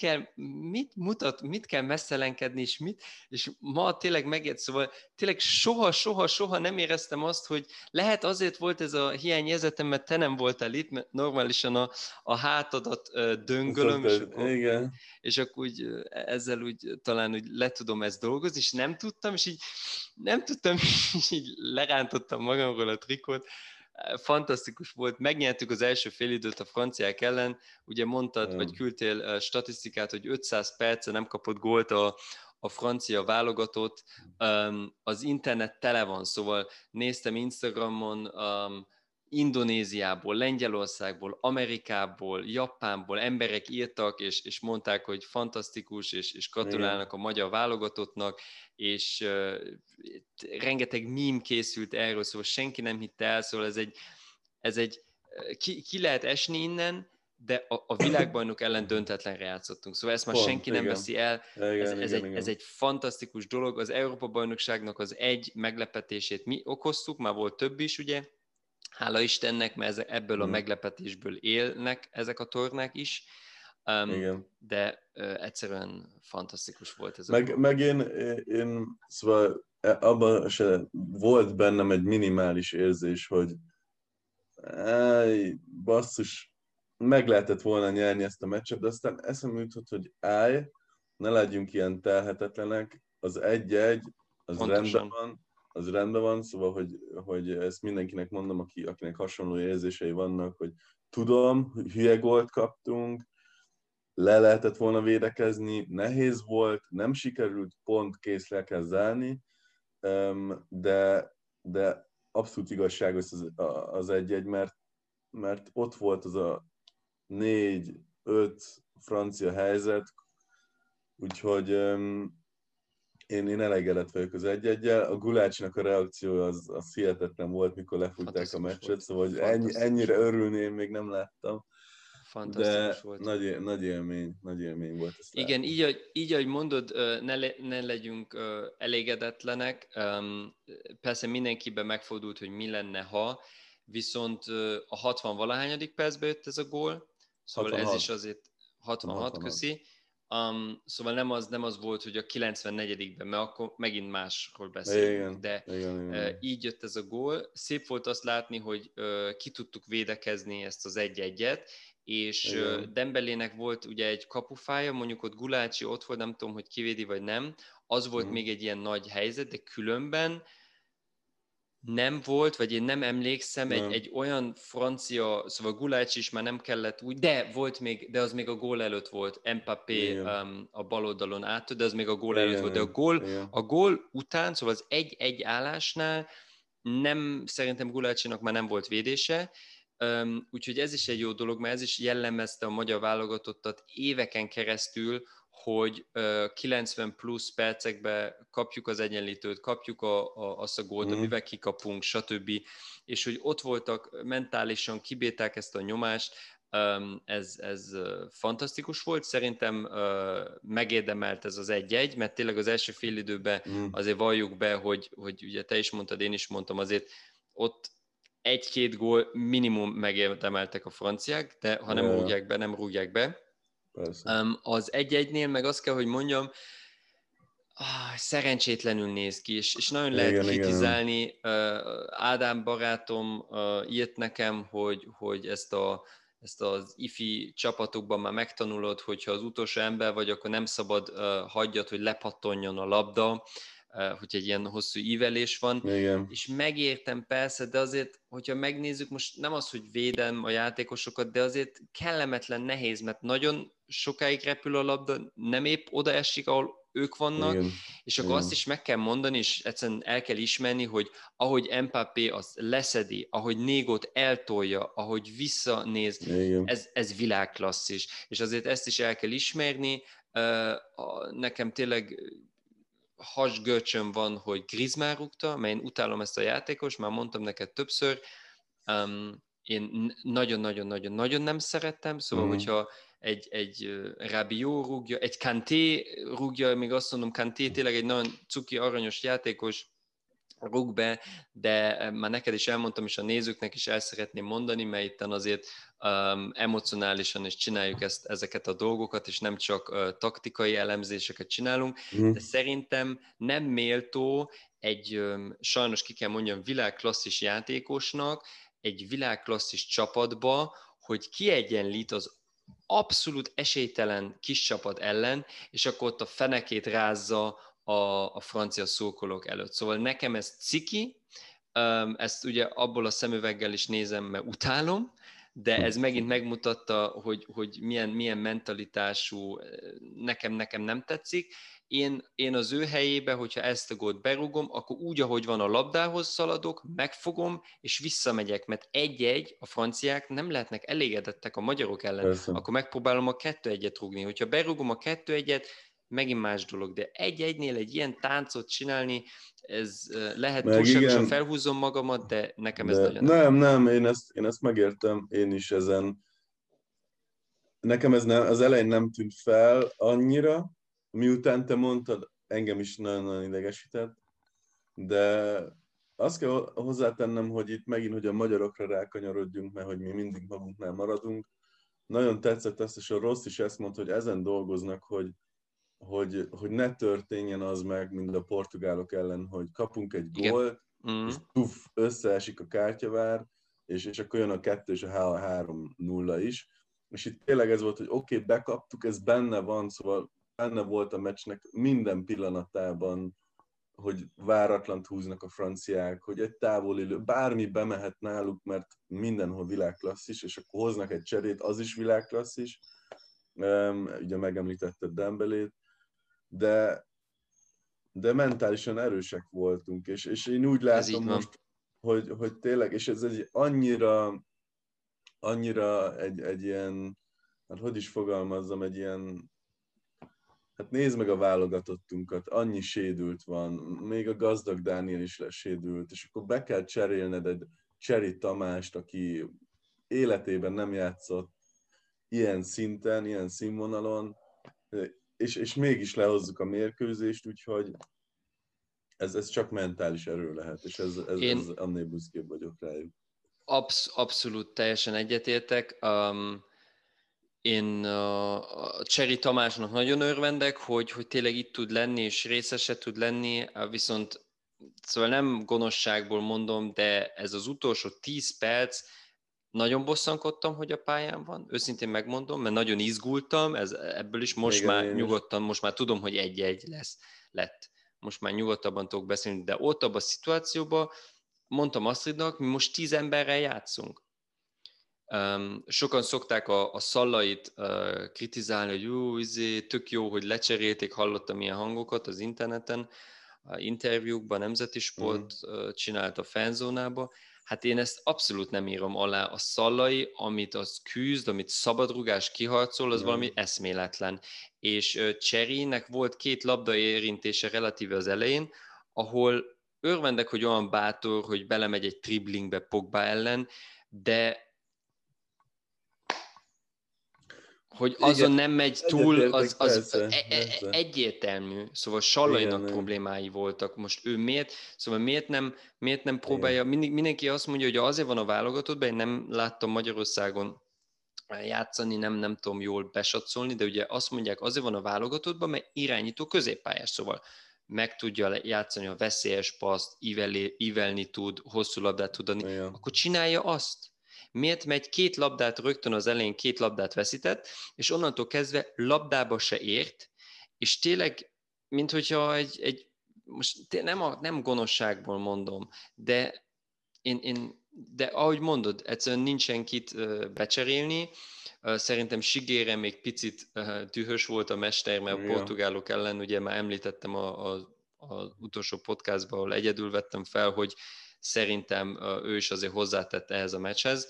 mit kell messzelenkedni, és ma tényleg megért, szóval tényleg soha nem éreztem azt, hogy lehet azért volt ez a hiányérzetem, mert te nem voltál itt, mert normálisan a hátadat döngölöm, és akkor úgy ezzel úgy talán úgy le tudom ezt dolgozni, és nem tudtam, és így lerántottam magamról a trikót. Fantasztikus volt, megnyertük az első félidőt a franciák ellen, ugye mondtad, vagy küldtél statisztikát, hogy 500 perce nem kapott gólt a francia válogatott, az internet tele van, szóval néztem Instagramon, Indonéziából, Lengyelországból, Amerikából, Japánból emberek írtak, és mondták, hogy fantasztikus, és gratulálnak a magyar válogatottnak, és rengeteg meme készült erről, szóval senki nem hitte el, szóval ez egy ki lehet esni innen, de a világbajnok ellen döntetlenre játszottunk. Szóval ezt már senki nem veszi el. Ez egy fantasztikus dolog. Az Európa-bajnokságnak az egy meglepetését mi okoztuk, már volt több is, ugye? Hála Istennek, mert ebből a meglepetésből élnek ezek a tornák is. De egyszerűen fantasztikus volt ez. Meg én szóval abban se volt bennem egy minimális érzés, hogy basszus, meg lehetett volna nyerni ezt a meccset, de aztán eszembe jutott, hogy ne legyünk ilyen telhetetlenek, az 1-1, az rendben van, szóval, hogy ezt mindenkinek mondom, akinek hasonló érzései vannak, hogy tudom, hogy hülye gólt kaptunk, le lehetett volna védekezni, nehéz volt, nem sikerült, pont kész, le kell zárni, de abszolút igazságos az 1-1, mert ott volt az a 4-5 francia helyzet, úgyhogy én elégedett vagyok az 1-1-jel. A Gulácsnak a reakciója az hihetetlen volt, mikor lefújták a meccset, szóval hogy ennyire örülni én még nem láttam. Fantasztikus volt. Nagy élmény volt. Igen, így, ahogy mondod, ne legyünk elégedetlenek. Persze mindenkiben megfordult, hogy mi lenne, ha, viszont a 60-valahányadik percben jött ez a gól, szóval 66. Ez is azért 66, köszi. Szóval nem az volt, hogy a 94-ben, mert akkor megint másról beszélünk, de igen. Így jött ez a gól. Szép volt azt látni, hogy ki tudtuk védekezni ezt az 1-1-et, és Dembelének volt ugye egy kapufája, mondjuk ott Gulácsi ott volt, nem tudom, hogy kivédi vagy nem, az volt még egy ilyen nagy helyzet, de különben nem volt, vagy én nem emlékszem, egy olyan francia, szóval Gulácsi is már nem kellett úgy, de volt még, de az még a gól előtt volt, Mbappé a bal oldalon át, de az még a gól előtt volt, de a gól után, szóval az 1-1 állásnál szerintem Gulácsinak már nem volt védése, úgyhogy ez is egy jó dolog, mert ez is jellemezte a magyar válogatottat éveken keresztül, hogy 90 plusz percekben kapjuk az egyenlítőt, kapjuk azt a gólt, amivel kikapunk, stb. És hogy ott voltak, mentálisan kibírták ezt a nyomást, ez fantasztikus volt. Szerintem megérdemelt ez az 1-1, mert tényleg az első fél időben azért valljuk be, hogy ugye te is mondtad, én is mondtam, azért ott 1-2 gól minimum megérdemeltek a franciák, de ha nem rúgják be. Persze. Az 1-1-nél meg azt kell, hogy mondjam, szerencsétlenül néz ki, és nagyon lehet kritizálni. Igen. Ádám barátom írt nekem, hogy ezt az ifi csapatokban már megtanulod, hogyha az utolsó ember vagy, akkor nem szabad hagyjad, hogy lepattonjon a labda, hogy egy ilyen hosszú ívelés van. Igen. És megértem persze, de azért, hogyha megnézzük, most nem az, hogy védem a játékosokat, de azért kellemetlen, nehéz, mert nagyon sokáig repül a labda, nem épp oda esik, ahol ők vannak, igen, és akkor azt is meg kell mondani, és egyszerűen el kell ismerni, hogy ahogy Mbappé azt leszedi, ahogy Négot eltolja, ahogy visszanéz, ez világklasszis. És azért ezt is el kell ismerni. Nekem tényleg hasgörcsöm van, hogy Griezmann rúgta, mert én utálom ezt a játékos, már mondtam neked többször, én nagyon-nagyon-nagyon nem szerettem, szóval hogyha egy Rabiot rúgja, egy Kanté rúgja, még azt mondom, Kanté tényleg egy nagyon cuki, aranyos játékos, rúg be, de már neked is elmondtam, és a nézőknek is el szeretném mondani, mert itten azért emocionálisan is csináljuk ezeket a dolgokat, és nem csak taktikai elemzéseket csinálunk, de szerintem nem méltó egy, sajnos ki kell mondjam, világklasszis játékosnak, egy világklasszis csapatba, hogy kiegyenlít az abszolút esélytelen kis csapat ellen, és akkor ott a fenekét rázza a francia szurkolók előtt. Szóval nekem ez ciki, ezt ugye abból a szemüveggel is nézem, mert utálom, de ez megint megmutatta, hogy milyen mentalitású, nekem nem tetszik. Én az ő helyébe, hogyha ezt a gólt berúgom, akkor úgy, ahogy van a labdához szaladok, megfogom, és visszamegyek, mert 1-1 a franciák nem lehetnek elégedettek a magyarok ellen. Persze. Akkor megpróbálom a 2-1-et rúgni. Hogyha berúgom a 2-1-et, megint más dolog, de 1-1-nél egy ilyen táncot csinálni, ez lehet túlságosan felhúzom magamat, de nekem ez nagyon nem, én ezt megértem, én is ezen. Nekem ez az elején nem tűnt fel annyira, miután te mondtad, engem is nagyon-nagyon idegesített, de azt kell hozzátennem, hogy itt megint, hogy a magyarokra rákanyarodjunk, mert hogy mi mindig magunknál maradunk. Nagyon tetszett ezt, és a Rossz is ezt mondta, hogy ezen dolgoznak, hogy ne történjen az meg, mint a portugálok ellen, hogy kapunk egy gólt, és puff, összeesik a kártyavár, és akkor jön a 2 és a 3-0 is. És itt tényleg ez volt, hogy oké, bekaptuk, ez benne van, szóval benne volt a meccsnek minden pillanatában, hogy váratlant húznak a franciák, hogy egy távol élő, bármi bemehet náluk, mert mindenhol világklasszis, és akkor hoznak egy cserét, az is világklasszis. Ugye megemlítetted Dembélét, de mentálisan erősek voltunk, és én úgy látom most, hogy tényleg, és ez egy annyira egy ilyen, hát hogy is fogalmazzam, egy ilyen, hát nézd meg a válogatottunkat, annyi sédült van, még a gazdag Dániel is lesédült, és akkor be kell cserélned egy Cseri Tamást, aki életében nem játszott ilyen szinten, ilyen színvonalon, és mégis lehozzuk a mérkőzést, úgyhogy ez csak mentális erő lehet, és ez annél büszkébb vagyok rájuk. Abszolút teljesen egyetértek. Én a Cseri Tamásnak nagyon örvendek, hogy tényleg itt tud lenni, és részese tud lenni, viszont szóval nem gonoszságból mondom, de ez az utolsó 10 perc, nagyon bosszankodtam, hogy a pályán van, őszintén megmondom, mert nagyon izgultam, ebből is most igen, már nyugodtan, most már tudom, hogy 1-1 lett. Most már nyugodtabban tudok beszélni, de ott abban a szituációban mondtam Astridnak, mi most 10 emberrel játszunk. Sokan szokták a Szallait kritizálni, hogy jó, tök jó, hogy lecserélték, hallottam ilyen hangokat az interneten, a interjúkban, Nemzeti Sport csinált a fanzónába. Hát én ezt abszolút nem írom alá. A Szalai, amit az küzd, amit szabadrugás kiharcol, az valami eszméletlen. És Cserének volt 2 labda érintése relatíve az elején, ahol örvendek, hogy olyan bátor, hogy belemegy egy triblingbe Pogba ellen, de hogy azon nem megy túl, az persze. egyértelmű. Szóval Sallainak Igen, problémái voltak. Most ő miért nem próbálja? Mindenki azt mondja, hogy azért van a válogatottban, én nem láttam Magyarországon játszani, nem tudom jól besatszolni, de ugye azt mondják, azért van a válogatottban, mert irányító középpályás, szóval meg tudja játszani a veszélyes paszt, ívelni tud, hosszú labdát tud adni, akkor csinálja azt. Miért megy 2 labdát rögtön az elején, 2 labdát veszített, és onnantól kezdve labdába se ért, és tényleg, mint hogyha most nem gonoszságból mondom, de de ahogy mondod, egyszerűen nincsen kit becserélni. Szerintem Sigére még picit dühös volt a mester, mert a portugálok ellen, ugye már említettem az utolsó podcastban, ahol egyedül vettem fel, hogy szerintem ő is azért hozzátett ehhez a meccshez.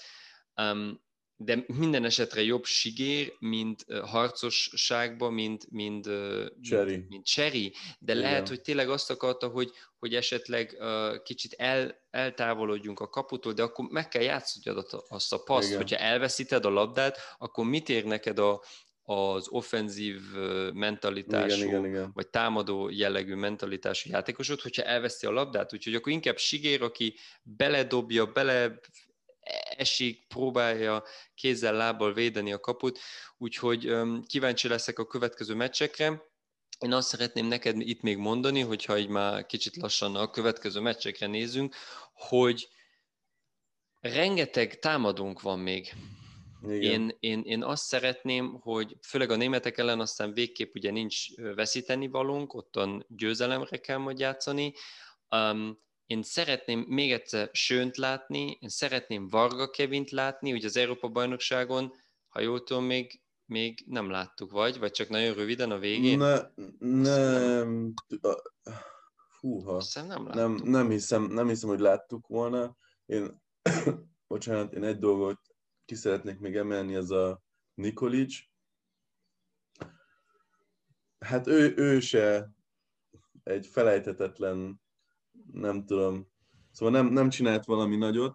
De minden esetre jobb Sigér, mint harcosságban, mint Cseri. De igen. Lehet, hogy tényleg azt akarta, hogy esetleg kicsit eltávolodjunk a kaputól, de akkor meg kell játszani azt a paszt. Igen. Hogyha elveszíted a labdát, akkor mit ér neked az offenzív mentalitású, igen. vagy támadó jellegű mentalitású játékosod, hogyha elveszti a labdát. Úgyhogy akkor inkább Sigér, aki beledobja, esik, próbálja kézzel, lábbal védeni a kaput, úgyhogy kíváncsi leszek a következő meccsekre. Én azt szeretném neked itt még mondani, hogyha így már kicsit lassan a következő meccsekre nézzünk, hogy rengeteg támadónk van még. Én azt szeretném, hogy főleg a németek ellen aztán végképp ugye nincs veszíteni valónk, ottan győzelemre kell majd játszani. Én szeretném még egyszer Schönt látni, én szeretném Varga Kevint látni, ugye az Európa-bajnokságon, ha jól tudom, még nem láttuk, vagy csak nagyon röviden a végén? Nem. Húha. Nem hiszem, hogy láttuk volna. Bocsánat, én egy dolgot ki szeretnék még emelni, ez a Nikolic. Hát ő se egy felejthetetlen, nem tudom, szóval nem csinált valami nagyot.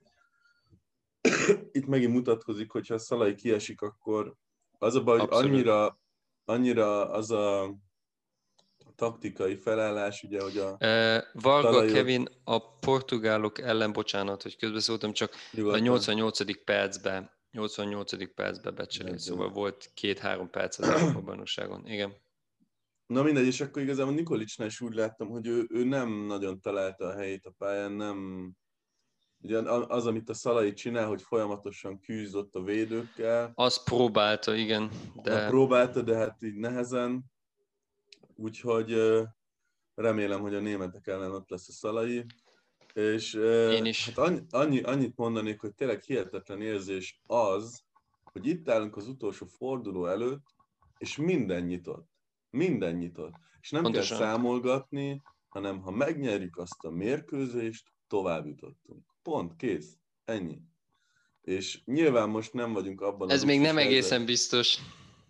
Itt megint mutatkozik, hogyha a Szalai kiesik, akkor az a baj, hogy annyira az a taktikai felállás, ugye, hogy Varga talajok... Kevin a portugálok ellen, bocsánat, hogy közbeszóltam, csak nyugodtan. A 88. percben becserélt, szóval volt 2-3 perc az Európa-bajnokságon. Igen. Na mindegy, és akkor igazából Nikolicsnál is úgy láttam, hogy ő nem nagyon találta a helyét a pályán, nem... Ugye az, amit a Szalai csinál, hogy folyamatosan küzdött a védőkkel. Azt próbálta, igen. Próbálta, de hát így nehezen. Úgyhogy remélem, hogy a németek ellen ott lesz a Szalai. És én is. Hát annyit mondanék, hogy tényleg hihetetlen érzés az, hogy itt állunk az utolsó forduló előtt, és minden nyitott. És nem pontosan kell számolgatni, hanem ha megnyerjük azt a mérkőzést, tovább jutottunk. Pont, kész. Ennyi. És nyilván most nem vagyunk abban ez még nem egészen biztos.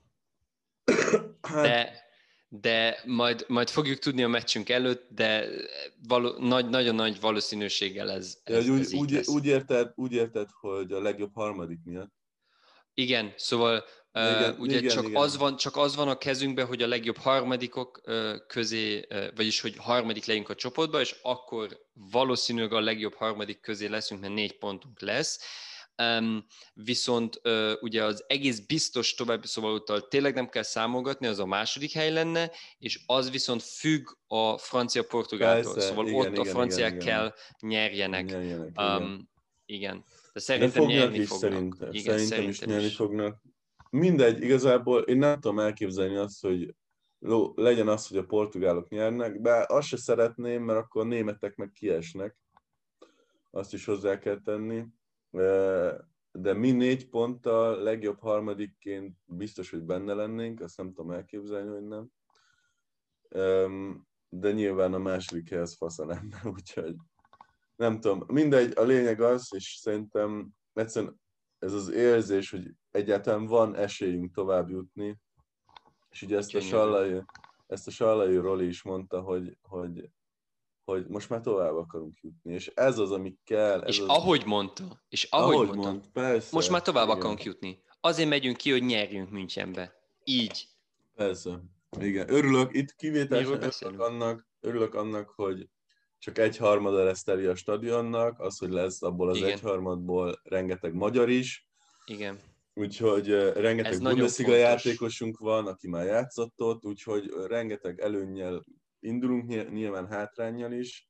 De majd fogjuk tudni a meccsünk előtt, de nagyon nagy valószínűséggel ez így lesz. Úgy érted, hogy a legjobb harmadik miatt? Igen, szóval csak az van a kezünkben, hogy a legjobb harmadikok közé, vagyis hogy harmadik legyünk a csoportba, és akkor valószínűleg a legjobb harmadik közé leszünk, mert 4 pontunk lesz. Viszont ugye az egész biztos további, szóval tényleg nem kell számolgatni, az a második hely lenne, és az viszont függ a francia-portugáltól. Szóval igen, a franciák kell nyerjenek. Igen. De szerintem nyerni fognak. Szerintem is nyerni fognak. Mindegy, igazából én nem tudom elképzelni azt, hogy legyen az, hogy a portugálok nyernek, de azt se szeretném, mert akkor a németek meg kiesnek. Azt is hozzá kell tenni. De mi 4 ponttal legjobb harmadikként biztos, hogy benne lennénk, azt nem tudom elképzelni, hogy nem. De nyilván a második hely az fasza lenne, úgyhogy nem tudom, mindegy, a lényeg az, és szerintem egyszerűen ez az érzés, hogy egyáltalán van esélyünk tovább jutni, és ugye Gyönyörű. ezt a Sallai Roli is mondta, hogy most már tovább akarunk jutni, és ez az, ami kell, ez És az, ahogy ahogy mondta, mond, persze, most már tovább igen, akarunk jutni. Azért megyünk ki, hogy nyerjünk Münchenbe. Így. persze, igen, örülök, itt Miről kivételesen beszélünk? örülök annak, hogy csak egyharmada lesz teli a stadionnak, az, hogy lesz abból az Igen, egyharmadból rengeteg magyar is, igen. úgyhogy Ez rengeteg nagyon Bundesliga fontos. játékosunk van, aki már játszott ott, úgyhogy rengeteg előnnyel indulunk, nyilván hátránnyal is.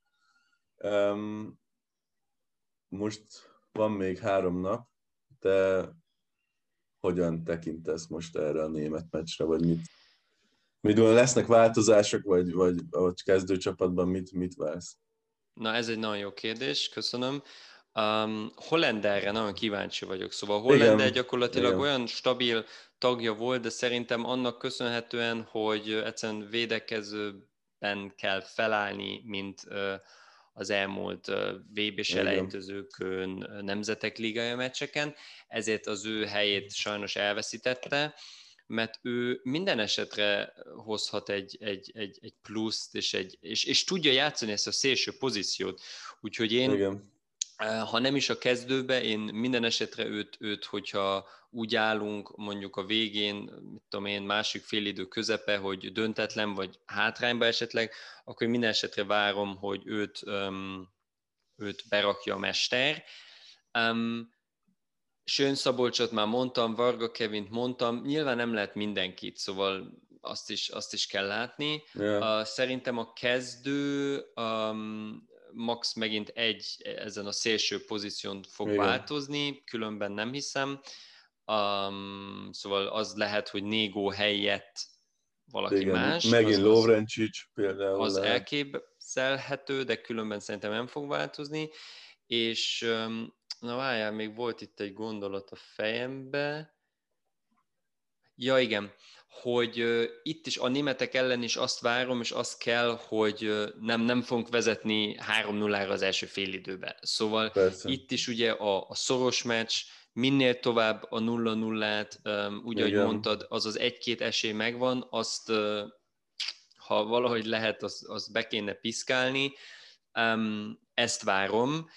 Most van még 3 nap, te hogyan tekintesz most erre a német meccsre, vagy mit lesznek változások, vagy a kezdőcsapatban mit vársz? Na, ez egy nagyon jó kérdés, köszönöm. Hollanderre nagyon kíváncsi vagyok. Szóval Hollander Igen, gyakorlatilag igen, olyan stabil tagja volt, de szerintem annak köszönhetően, hogy egyszerűen védekezőben kell felállni, mint az elmúlt VB-s igen, elejtezőkön, nemzetek ligája meccseken, ezért az ő helyét sajnos elveszítette, mert ő minden esetre hozhat egy pluszt, és tudja játszani ezt a szélső pozíciót. Úgyhogy én, igen, ha nem is a kezdőbe, én minden esetre őt, hogyha úgy állunk mondjuk a végén, mit tudom én, másik félidő közepe, hogy döntetlen vagy hátrányba esetleg, akkor minden esetre várom, hogy őt berakja a mester. Sőn Szabolcsot már mondtam, Varga Kevint mondtam, nyilván nem lehet mindenkit, szóval azt is kell látni. ja, Szerintem a kezdő max megint ezen a szélső pozíción fog igen, változni, különben nem hiszem. Szóval az lehet, hogy Négó helyett valaki igen, más, megint Lovrencsics például az lehet. elképzelhető, de különben szerintem nem fog változni. És na várjál, még volt itt egy gondolat a fejembe. Ja, igen, hogy itt is a németek ellen is azt várom, és azt kell, hogy nem fogunk vezetni 3-0-ra az első félidőben. Szóval Persze, itt is ugye a szoros meccs, minél tovább a 0-0-át, úgy, ahogy igen, mondtad, az 1-2 esély megvan, azt ha valahogy lehet, azt be kéne piszkálni. Ezt várom,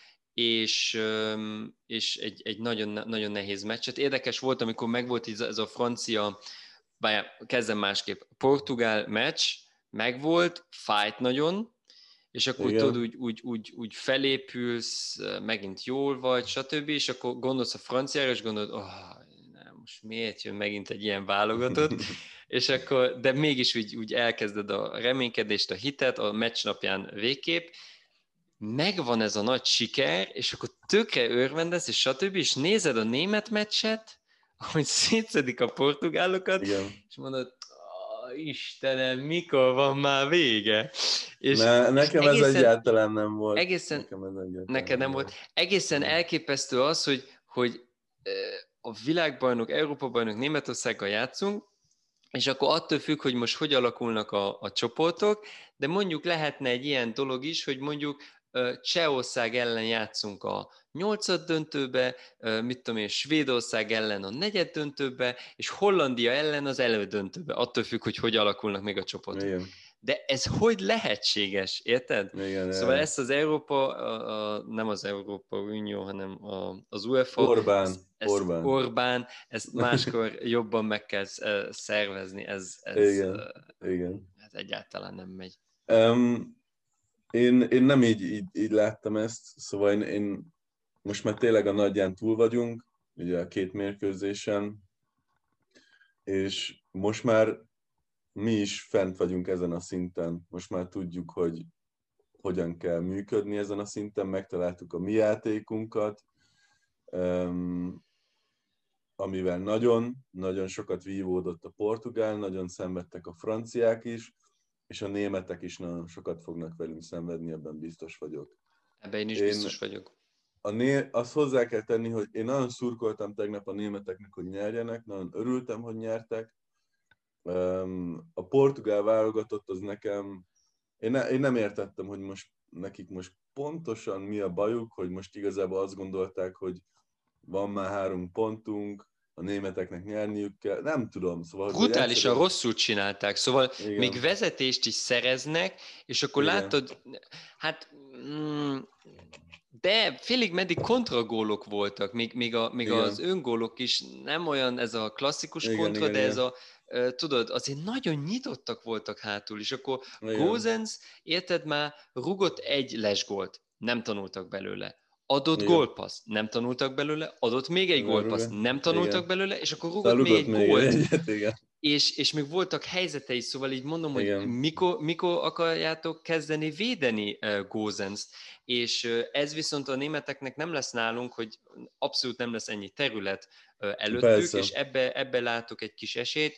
és egy nagyon, nagyon nehéz meccset. Érdekes volt, amikor megvolt ez a francia, kezdem másképp, portugál meccs, megvolt, fájt nagyon, és akkor tudod, igen, úgy felépülsz, megint jól vagy, stb., és akkor gondolsz a franciára, és gondolod, nem, most miért jön megint egy ilyen válogatott, és akkor, de mégis úgy elkezded a reménykedést, a hitet, a meccs napján végképp, megvan ez a nagy siker, és akkor tökre örvendesz, és stb., és nézed a német meccset, ahogy szétszedik a portugálokat, igen. és mondod, Istenem, mikor van már vége? És Nekem ez egyáltalán nem volt. egészen, Nekem ez egyáltalán neked nem nem volt, volt. egészen Nem. elképesztő az, hogy a világbajnok, Európa-bajnok Németországgal játszunk, és akkor attól függ, hogy most hogy alakulnak a csoportok, de mondjuk lehetne egy ilyen dolog is, hogy mondjuk Csehország ellen játszunk a 8. döntőbe, mit tudom én, Svédország ellen a 4. döntőbe, és Hollandia ellen az elődöntőbe. Attól függ, hogy alakulnak még a csoportok. Igen, De ez hogy lehetséges, érted? igen, Szóval ezt az Európa, nem az Európa Unió, hanem az UEFA, ezt Orbán. Orbán, ezt máskor jobban meg kell szervezni, Igen, igen. ez egyáltalán nem megy. Um, én nem így láttam ezt, szóval én most már tényleg a nagyján túl vagyunk, ugye a 2 mérkőzésen, és most már mi is fent vagyunk ezen a szinten. Most már tudjuk, hogy hogyan kell működni ezen a szinten, megtaláltuk a mi játékunkat, amivel nagyon sokat vívódott a portugál, nagyon szenvedtek a franciák is, és a németek is nagyon sokat fognak velünk szenvedni, ebben biztos vagyok. Ebben én is Én biztos vagyok. azt hozzá kell tenni, hogy én nagyon szurkoltam tegnap a németeknek, hogy nyerjenek, nagyon örültem, hogy nyertek. A portugál válogatott az nekem, én nem értettem, hogy most nekik most pontosan mi a bajuk, hogy most igazából azt gondolták, hogy van már 3 pontunk, a németeknek nyerniük kell, nem tudom, szóval, hogy Brutálisan egyszerűen... rosszul csinálták, szóval még Igen, vezetést is szereznek, és akkor igen, látod, hát de félig meddig kontragólok voltak, még az igen, öngólok is nem olyan ez a klasszikus igen, kontra, igen, de ez igen, a, tudod, azért nagyon nyitottak voltak hátul, és akkor igen, Gosens, érted már, rugott egy lesgólt, nem tanultak belőle. Adott igen, gólpassz, nem tanultak belőle, adott még egy gólpassz, igen, nem tanultak igen. belőle, és akkor Aztán rugott még rugott egy még gólt, egyet, igen, és még voltak helyzetei, szóval így mondom, hogy igen, mikor akarjátok kezdeni védeni Gózenzt, és ez viszont a németeknek nem lesz nálunk, hogy abszolút nem lesz ennyi terület előttük, persze, és ebbe látok egy kis esélyt,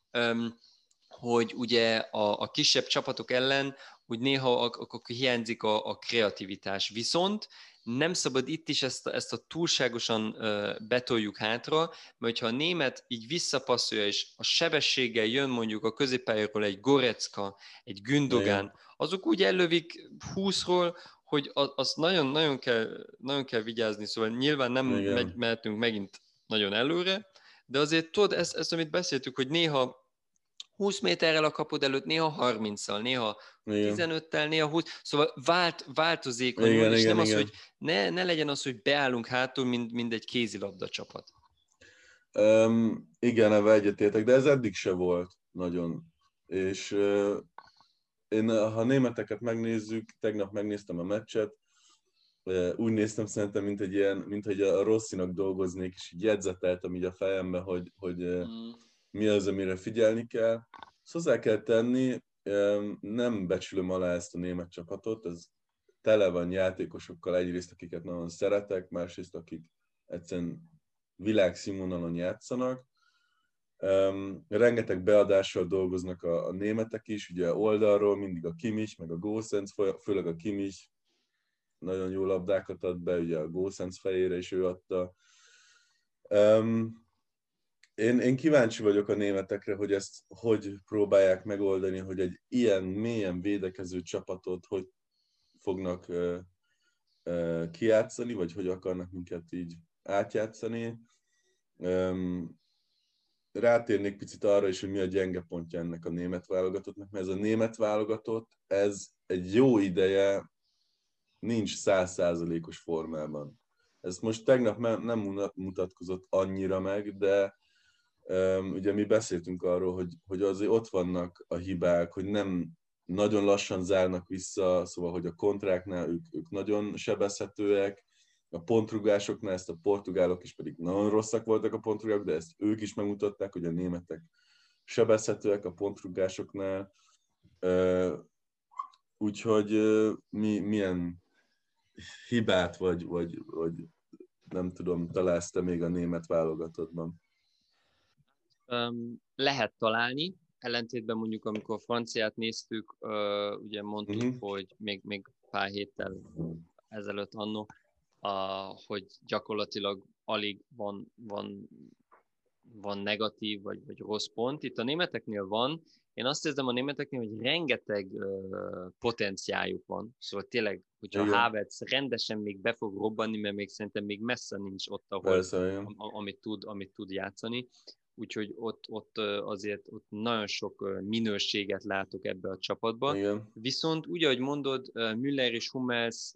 hogy ugye a kisebb csapatok ellen úgy néha akkor hiányzik a kreativitás. Viszont nem szabad itt is ezt a túlságosan betoljuk hátra, mert hogyha a német így visszapasszolja, és a sebességgel jön mondjuk a középpályáról egy Gorecka, egy Gündogan, igen, azok úgy ellövik 20-ról, hogy azt nagyon kell vigyázni, szóval nyilván nem igen, mehetünk megint nagyon előre, de azért tudod, ezt amit beszéltük, hogy néha 20 méterrel a kapud előtt, néha 30-szal, néha igen, 15-tel, néha 20, szóval változékonyul, igen, és nem igen, az, hogy igen. ne legyen az, hogy beállunk hátul, mint egy kézilabda csapat. Igen, ebben egyetértek, de ez eddig se volt nagyon. És én, ha németeket megnézzük, tegnap megnéztem a meccset, úgy néztem szerintem, mint hogy a Rosszinak dolgoznék, és így jegyzeteltem így a fejembe, hogy Mm. mi az, amire figyelni kell. Ezt hozzá kell tenni, nem becsülöm alá ezt a német csapatot, ez tele van játékosokkal, egyrészt akiket nagyon szeretek, másrészt akik egyszerűen világszínvonalon játszanak. Rengeteg beadással dolgoznak a németek is, ugye oldalról mindig a Kimmich, meg a Gosens, főleg a Kimmich nagyon jó labdákat ad be, ugye a Gosens fejére is ő adta. Én kíváncsi vagyok a németekre, hogy ezt hogy próbálják megoldani, hogy egy ilyen mélyen védekező csapatot hogy fognak kijátszani, vagy hogy akarnak minket így átjátszani. Rátérnék picit arra is, hogy mi a gyenge pontja ennek a német válogatottnak, mert ez a német válogatott, ez egy jó ideje nincs 100%-os formában. Ez most tegnap nem mutatkozott annyira meg, de ugye mi beszéltünk arról, hogy azért ott vannak a hibák, hogy nem nagyon lassan zárnak vissza, szóval, hogy a kontráknál ők nagyon sebezhetőek, a pontrugásoknál ezt a portugálok is pedig nagyon rosszak voltak a pontrugások, de ezt ők is megmutatták, hogy a németek sebezhetőek a pontrugásoknál. Úgyhogy milyen hibát vagy nem tudom, találsz te még a német válogatottban? Lehet találni, ellentétben mondjuk, amikor a franciát néztük, ugye mondtuk, Uh-huh. hogy még pár héttel ezelőtt annó, hogy gyakorlatilag alig van negatív vagy rossz pont. Itt a németeknél van. Én azt érzem a németeknél, hogy rengeteg potenciáljuk van. Szóval tényleg, hogyha Igen, Havertz rendesen még be fog robbanni, mert még szerintem még messze nincs ott, ahol persze, igen. amit tud játszani. Úgyhogy ott azért ott nagyon sok minőséget látok ebbe a csapatba. Igen, Viszont úgy, ahogy mondod, Müller és Hummels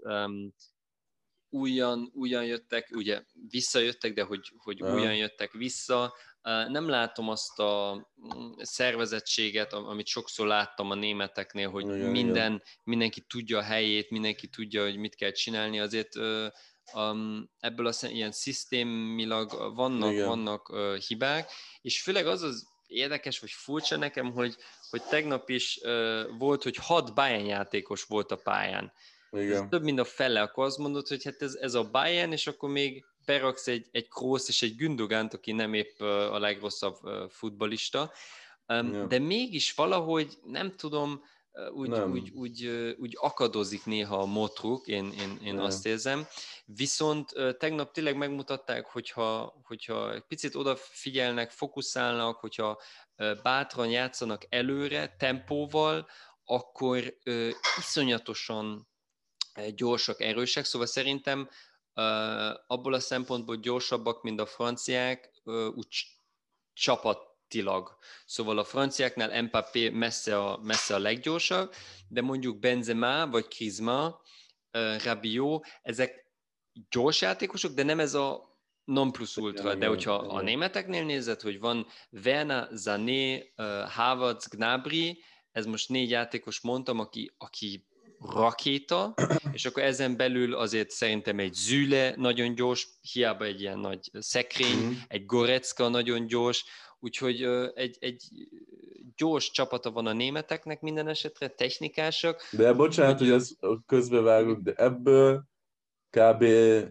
újan jöttek, ugye visszajöttek, de hogy újan aha, jöttek vissza. Nem látom azt a szervezettséget, amit sokszor láttam a németeknél, hogy igen, igen, mindenki tudja a helyét, mindenki tudja, hogy mit kell csinálni. Azért ebből ilyen szisztémilag igen, vannak hibák, és főleg az érdekes, vagy furcsa nekem, hogy tegnap is volt, hogy 6 Bayern játékos volt a pályán. Ez igen, több, mint a fele, akkor azt mondod, hogy hát ez a Bayern, és akkor még beraksz egy Kroos és egy Gündogánt, aki nem épp a legrosszabb futballista, ja, de mégis valahogy, nem tudom, nem, úgy akadozik néha a motruk, én ja, azt érzem. Viszont tegnap tényleg megmutatták, hogyha egy picit odafigyelnek, fókuszálnak, hogyha bátran játszanak előre, tempóval, akkor iszonyatosan gyorsak, erősek, szóval szerintem abból a szempontból gyorsabbak, mint a franciák, úgy csapatilag. Szóval a franciáknál Mbappé messze a leggyorsabb, de mondjuk Benzema vagy Griezmann, Rabiot, ezek gyors játékosok, de nem ez a non plus ultra. De hogyha a németeknél nézed, hogy van Werner, Sané, Havertz, Gnabry, ez most 4 játékos mondtam, aki rakéta, és akkor ezen belül azért szerintem egy Züle nagyon gyors, hiába egy ilyen nagy szekrény, egy Goretzka nagyon gyors, úgyhogy egy gyors csapata van a németeknek minden esetre, technikásak. De bocsánat, hogy ezt közbevágok, de ebből kb.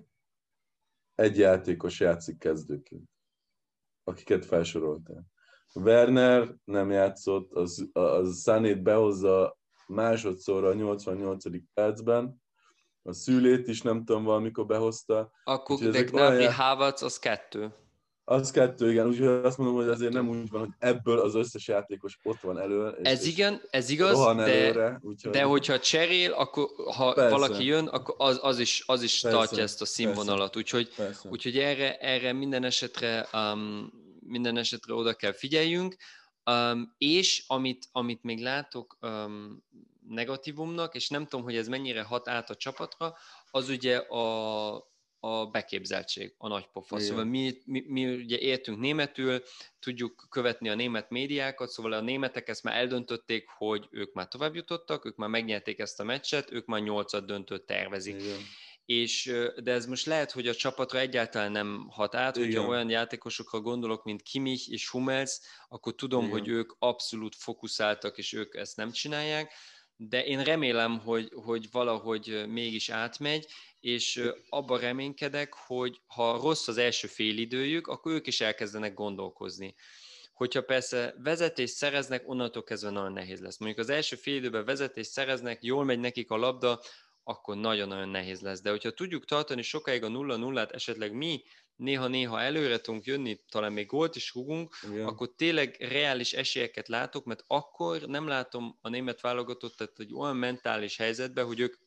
Egy játékos játszik kezdőként, akiket felsoroltál. Werner nem játszott, az Sanét behozza másodszorra a 88. percben, a Szülét is nem tudom, valamikor behozta. Akkor de Gnabry, Havertz, az 2. Az 2, igen, úgyhogy azt mondom, hogy azért nem úgy van, hogy ebből az összes játékos ott van elő. Ez igaz, előre, úgyhogy... de hogyha cserél, akkor ha persze. Valaki jön, akkor az is persze, tartja ezt a színvonalat. Úgyhogy erre minden esetre oda kell figyeljünk. És amit még látok negatívumnak, és nem tudom, hogy ez mennyire hat át a csapatra, az ugye a beképzeltség, a nagypofa. Szóval mi ugye értünk németül, tudjuk követni a német médiákat, szóval a németek ezt már eldöntötték, hogy ők már tovább jutottak, ők már megnyerték ezt a meccset, ők már 8 döntőt tervezik. De ez most lehet, hogy a csapatra egyáltalán nem hat át, hogyha olyan játékosokra gondolok, mint Kimmich és Hummels, akkor tudom, hogy ők abszolút fókuszáltak, és ők ezt nem csinálják, de én remélem, hogy valahogy mégis átmegy, és abban reménykedek, hogy ha rossz az első félidőjük, akkor ők is elkezdenek gondolkozni. Hogyha persze vezetést szereznek, onnantól kezdve nagyon nehéz lesz. Mondjuk az első félidőben vezetést szereznek, jól megy nekik a labda, akkor nagyon-nagyon nehéz lesz. De hogyha tudjuk tartani sokáig a 0-0-át, esetleg mi néha-néha előre tudunk jönni, talán még gólt is rúgunk, akkor tényleg reális esélyeket látok, mert akkor nem látom a német válogatottat egy olyan mentális helyzetben, hogy ők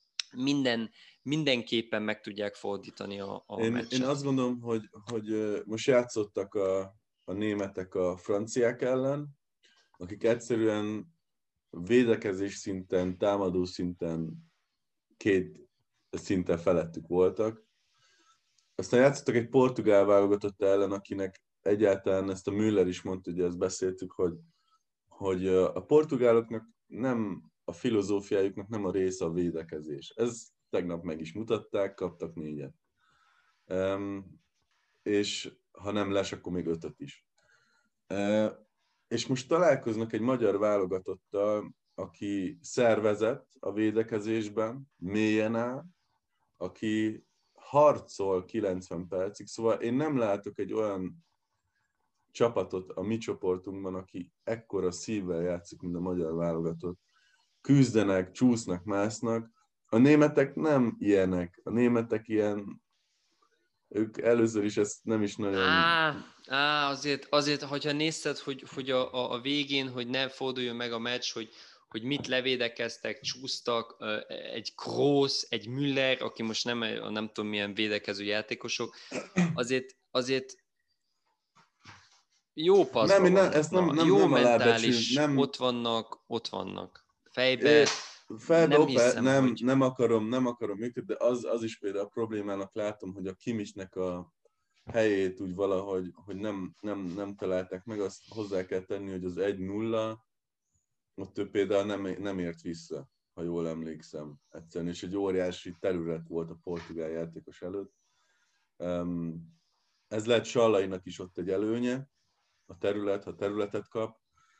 mindenképpen meg tudják fordítani a meccset. Én azt gondolom, hogy most játszottak a németek a franciák ellen, akik egyszerűen védekezés szinten, támadó szinten 2 szinten felettük voltak. Aztán játszottak egy portugál válogatott ellen, akinek egyáltalán ezt a Müller is mondta, ugye ezt beszéltük, hogy a portugáloknak nem, a filozófiájuknak nem a része a védekezés. Ez tegnap meg is mutatták, kaptak 4-et. És ha nem les, akkor még 5-öt is. És most találkoznak egy magyar válogatottal, aki szervezett a védekezésben, mélyen áll, aki harcol 90 percig, szóval én nem látok egy olyan csapatot a mi csoportunkban, aki ekkora szívvel játszik, mint a magyar válogatott. Küzdenek, csúsznak, másznak. A németek nem ilyenek. A németek ők először is ezt nem is nagyon... Azért, hogyha nézted, hogy a végén, hogy ne forduljon meg a meccs, hogy mit levédekeztek, csúsztak, egy Kroos, egy Müller, aki most nem tudom milyen védekező játékosok, azért jó passzban vannak. Ezt nem jó mentális, ott vannak. Fejbe nem hiszem, hogy... nem akarom őket, de az is például a problémának látom, hogy a Kimmichnek a helyét úgy valahogy, hogy nem találták meg, azt hozzá kell tenni, hogy az 1-0, ott ő például nem ért vissza, ha jól emlékszem egyszerűen, és egy óriási terület volt a portugál játékos előtt. Ez lehet Sallainak is ott egy előnye, a terület, ha területet kap.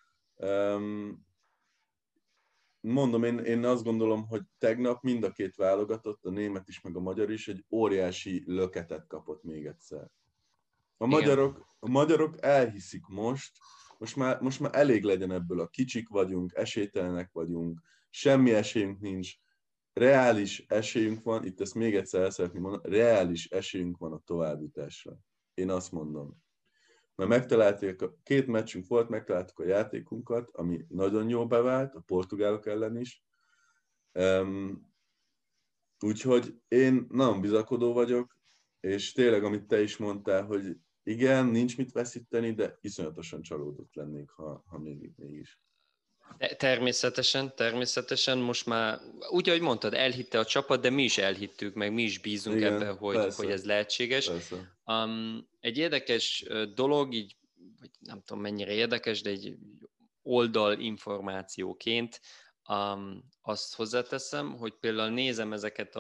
Mondom, én azt gondolom, hogy tegnap mind a 2 válogatott, a német is, meg a magyar is egy óriási löketet kapott még egyszer. A magyarok elhiszik most már elég legyen ebből, a kicsik vagyunk, esélytelenek vagyunk, semmi esélyünk nincs, reális esélyünk van, itt ezt még egyszer el szeretném mondani, reális esélyünk van a továbbjutásra. Én azt mondom. Mert megtaláltuk, 2 meccsünk volt, megtaláltuk a játékunkat, ami nagyon jól bevált, a portugálok ellen is. Úgyhogy én nagyon bizakodó vagyok, és tényleg, amit te is mondtál, hogy igen, nincs mit veszíteni, de iszonyatosan csalódott lennék, ha mégis. Természetesen most már, úgy, ahogy mondtad, elhitte a csapat, de mi is elhittük, meg mi is bízunk ebben, hogy ez lehetséges. Persze. Egy érdekes dolog, így, vagy nem tudom mennyire érdekes, de egy oldal információként azt hozzáteszem, hogy például nézem ezeket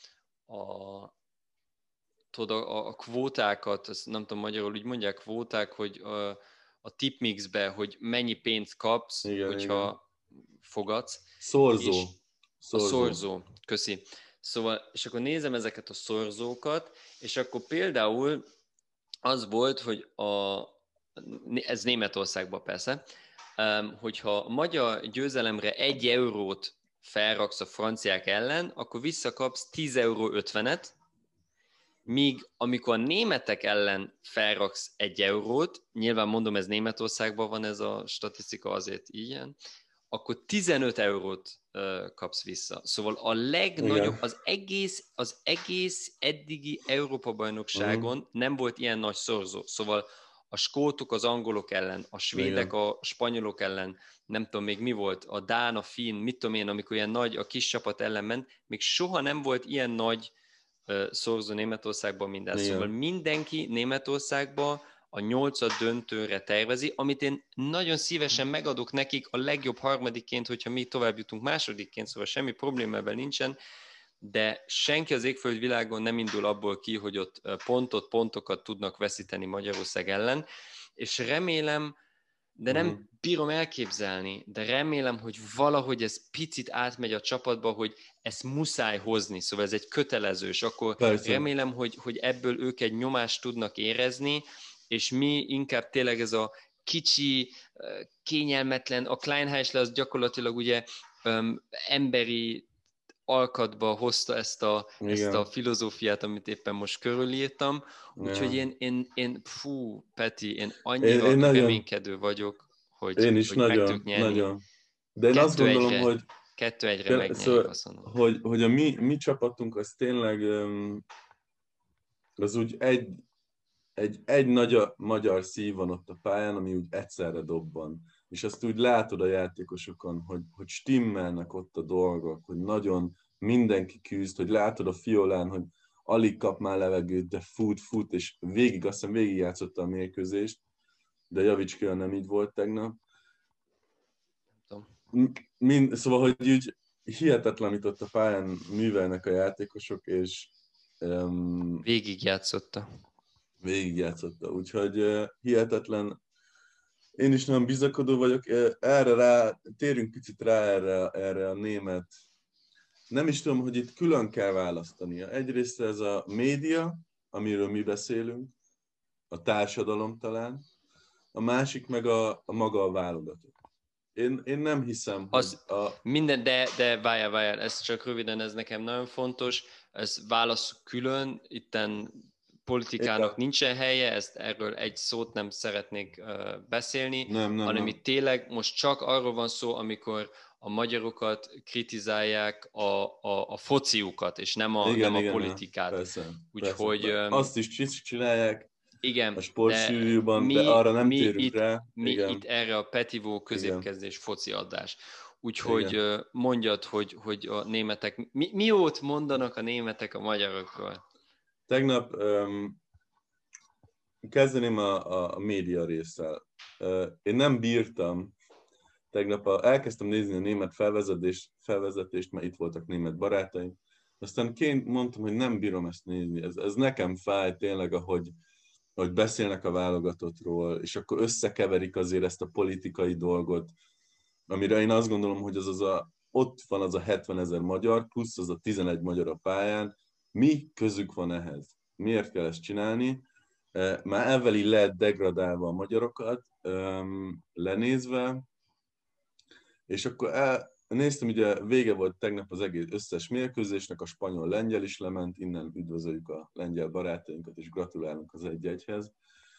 a kvótákat, azt nem tudom magyarul, úgy mondják kvóták, hogy a tipmixbe, hogy mennyi pénzt kapsz, hogyha fogadsz. Szorzó. A szorzó, köszi. Szóval, és akkor nézem ezeket a szorzókat, és akkor például az volt, hogy ez Németországban persze, hogyha a magyar győzelemre 1 eurót felraksz a franciák ellen, akkor visszakapsz 10,50 €, míg amikor a németek ellen felraksz 1 eurót, nyilván mondom, ez Németországban van ez a statisztika, azért ilyen, akkor 15 eurót kapsz vissza. Szóval a legnagyobb, az egész eddigi Európa-bajnokságon nem volt ilyen nagy szorzó. Szóval a skótok az angolok ellen, a svédek a spanyolok ellen, nem tudom még mi volt, a dán, a finn, mit tudom én, amikor ilyen nagy, a kis csapat ellen ment, még soha nem volt ilyen nagy szorzó Németországban minden. Szóval mindenki Németországban a 8. döntőre tervezi, amit én nagyon szívesen megadok nekik a legjobb harmadikként, hogyha mi tovább jutunk másodikként, szóval semmi probléma ebben nincsen, de senki az égföld világon nem indul abból ki, hogy ott pontokat tudnak veszíteni Magyarország ellen, és remélem, de nem bírom elképzelni, de remélem, hogy valahogy ez picit átmegy a csapatba, hogy ezt muszáj hozni, szóval ez egy kötelező, és akkor remélem, hogy ebből ők egy nyomást tudnak érezni, és mi inkább tényleg ez a kicsi, kényelmetlen, a Kleinheisler az gyakorlatilag ugye emberi alkatba hozta ezt a filozófiát, amit éppen most körülírtam, úgyhogy én Peti, én annyira reménykedő vagyok, hogy meg tudjuk nyerni. Nagyon. De én azt gondolom, hogy 2-1-re megnyerjük, azt mondom. Hogy a mi csapatunk az tényleg az úgy egy nagy magyar szív van ott a pályán, ami úgy egyszerre dobban. És azt úgy látod a játékosokon, hogy stimmelnek ott a dolgok, hogy nagyon mindenki küzd, hogy látod a Fiolán, hogy alig kap már levegőt, de fut, és azt hiszem végigjátszotta a mérkőzést, de javíts ki, nem így volt tegnap. Szóval, hogy úgy hihetetlen, itt ott a pályán művelnek a játékosok, és végigjátszotta, úgyhogy hihetetlen. Én is nagyon bizakodó vagyok. Térjünk picit rá erre a német. Nem is tudom, hogy itt külön kell választania. Egyrészt ez a média, amiről mi beszélünk, a társadalom talán, a másik meg a maga a válogatott. Én nem hiszem, hogy minden, de várjál, ez csak röviden, ez nekem nagyon fontos, ez válasz külön, itten politikának nincsen helye, erről egy szót nem szeretnék beszélni, hanem itt tényleg most csak arról van szó, amikor a magyarokat kritizálják a fociukat, és nem a politikát. Persze, úgyhogy azt is csinálják, igen, a sportstúdióban, de arra nem térünk rá. Mi itt erre a Petivó középkezdés foci adás. Úgyhogy mondjad, hogy a németek, mi jót mondanak a németek a magyarokról? Tegnap kezdeném a média résszel. Én nem bírtam, tegnap elkezdtem nézni a német felvezetést, mert itt voltak német barátaim, aztán mondtam, hogy nem bírom ezt nézni. Ez nekem fáj tényleg, ahogy beszélnek a válogatottról, és akkor összekeverik azért ezt a politikai dolgot, amire én azt gondolom, hogy ott van az a 70 000 magyar, plusz az a 11 magyar a pályán. Mi közük van ehhez? Miért kell ezt csinálni? Már ezzel így lehet degradálva a magyarokat, lenézve, és akkor néztem, ugye vége volt tegnap az egész összes mérkőzésnek, a spanyol-lengyel is lement, innen üdvözöljük a lengyel barátainkat, és gratulálunk az 1-1-hez.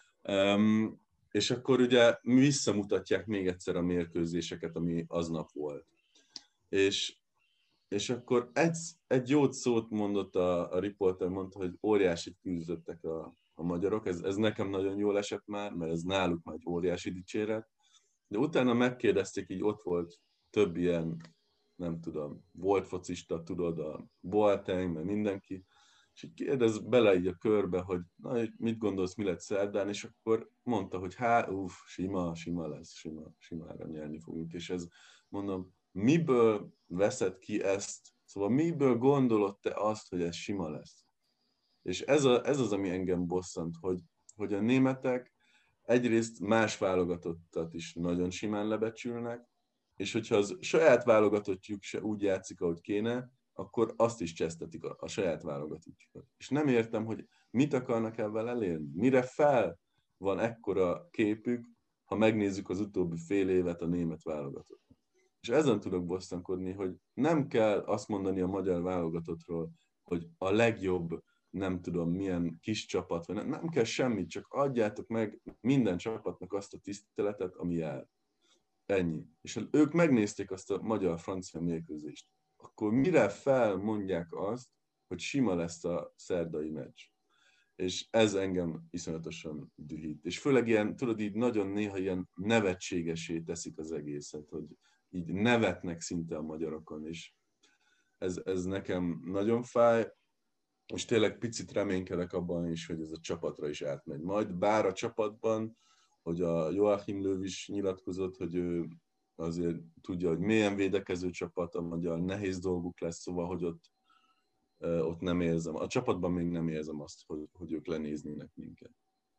És akkor ugye visszamutatják még egyszer a mérkőzéseket, ami aznap volt. És és akkor egy jó szót mondott a riporter, mondta, hogy óriásit küzdöttek a magyarok. Ez nekem nagyon jól esett már, mert ez náluk már egy óriási dicséret. De utána megkérdezték, így ott volt több ilyen, nem tudom, volt focista, tudod, a Boateng, meg mindenki, és így kérdez bele így a körbe, hogy na, mit gondolsz, mi lett szerdán, és akkor mondta, hogy sima lesz, simára nyerni fogunk, és ez, mondom, miből veszed ki ezt, szóval miből gondolod te azt, hogy ez sima lesz? És ez az, ami engem bosszant, hogy a németek egyrészt más válogatottat is nagyon simán lebecsülnek, és hogyha az saját válogatottjuk se úgy játszik, ahogy kéne, akkor azt is csesztetik a saját válogatottjukat. És nem értem, hogy mit akarnak ebben elérni. Mire fel van ekkora képük, ha megnézzük az utóbbi fél évet a német válogatott. És ezen tudok bosszankodni, hogy nem kell azt mondani a magyar válogatottról, hogy a legjobb, nem tudom milyen kis csapat, vagy nem kell semmit, csak adjátok meg minden csapatnak azt a tiszteletet, ami jár. Ennyi. És ők megnézték azt a magyar-francia mérkőzést. Akkor mire felmondják azt, hogy sima lesz a szerdai meccs? És ez engem iszonyatosan dühít. És főleg ilyen, tudod, így nagyon néha ilyen nevetségesé teszik az egészet, hogy így nevetnek szinte a magyarokon, és ez nekem nagyon fáj, és tényleg picit reménykedek abban is, hogy ez a csapatra is átmegy. Majd bár a csapatban, hogy a Joachim Löw is nyilatkozott, hogy ő azért tudja, hogy milyen védekező csapat, a magyar nehéz dolguk lesz, szóval, hogy ott nem érzem. A csapatban még nem érzem azt, hogy ők lenéznének minket.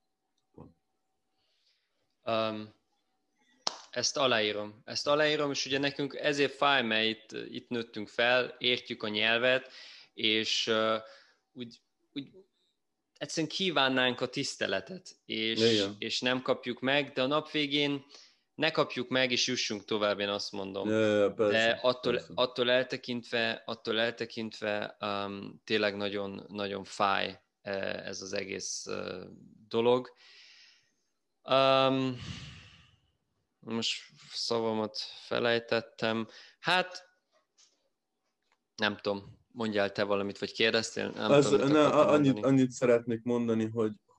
Ezt aláírom, és ugye nekünk ezért fáj, mert itt nőttünk fel, értjük a nyelvet, és úgy egyszerűen kívánnánk a tiszteletet, és nem kapjuk meg, de a nap végén ne kapjuk meg, és jussunk tovább, én azt mondom. Persze, de persze. attól eltekintve tényleg nagyon, nagyon fáj ez az egész dolog. Most szavamat felejtettem. Hát, nem tudom, mondjál te valamit, vagy kérdeztél? Nem tudom, mit akartam mondani. Annyit szeretnék mondani,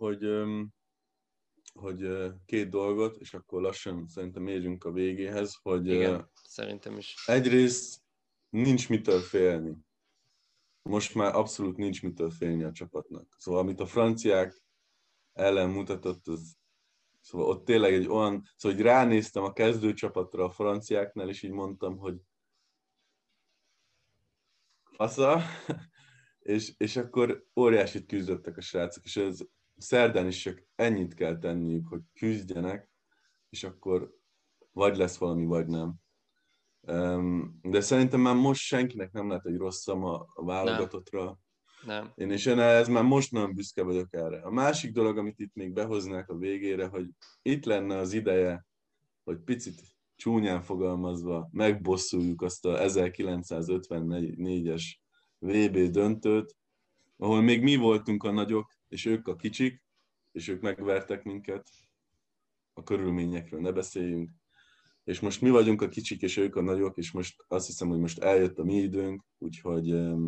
hogy két dolgot, és akkor lassan szerintem érjünk a végéhez, hogy igen, szerintem is. Egyrészt nincs mitől félni. Most már abszolút nincs mitől félni a csapatnak. Szóval amit a franciák ellen mutatott, szóval ott tényleg egy olyan, szóval hogy ránéztem a kezdőcsapatra a franciáknál, és így mondtam, hogy fasza, és akkor óriásit küzdöttek a srácok, és ez szerdán is csak ennyit kell tenniük, hogy küzdjenek, és akkor vagy lesz valami, vagy nem. De szerintem már most senkinek nem lehet egy rossz szama a válogatottra. Nem. És én ez már most nagyon büszke vagyok erre. A másik dolog, amit itt még behoznák a végére, hogy itt lenne az ideje, hogy picit csúnyán fogalmazva megbosszuljuk azt a 1954-es VB döntőt, ahol még mi voltunk a nagyok, és ők a kicsik, és ők megvertek minket. A körülményekről ne beszéljünk. És most mi vagyunk a kicsik, és ők a nagyok, és most azt hiszem, hogy most eljött a mi időnk, úgyhogy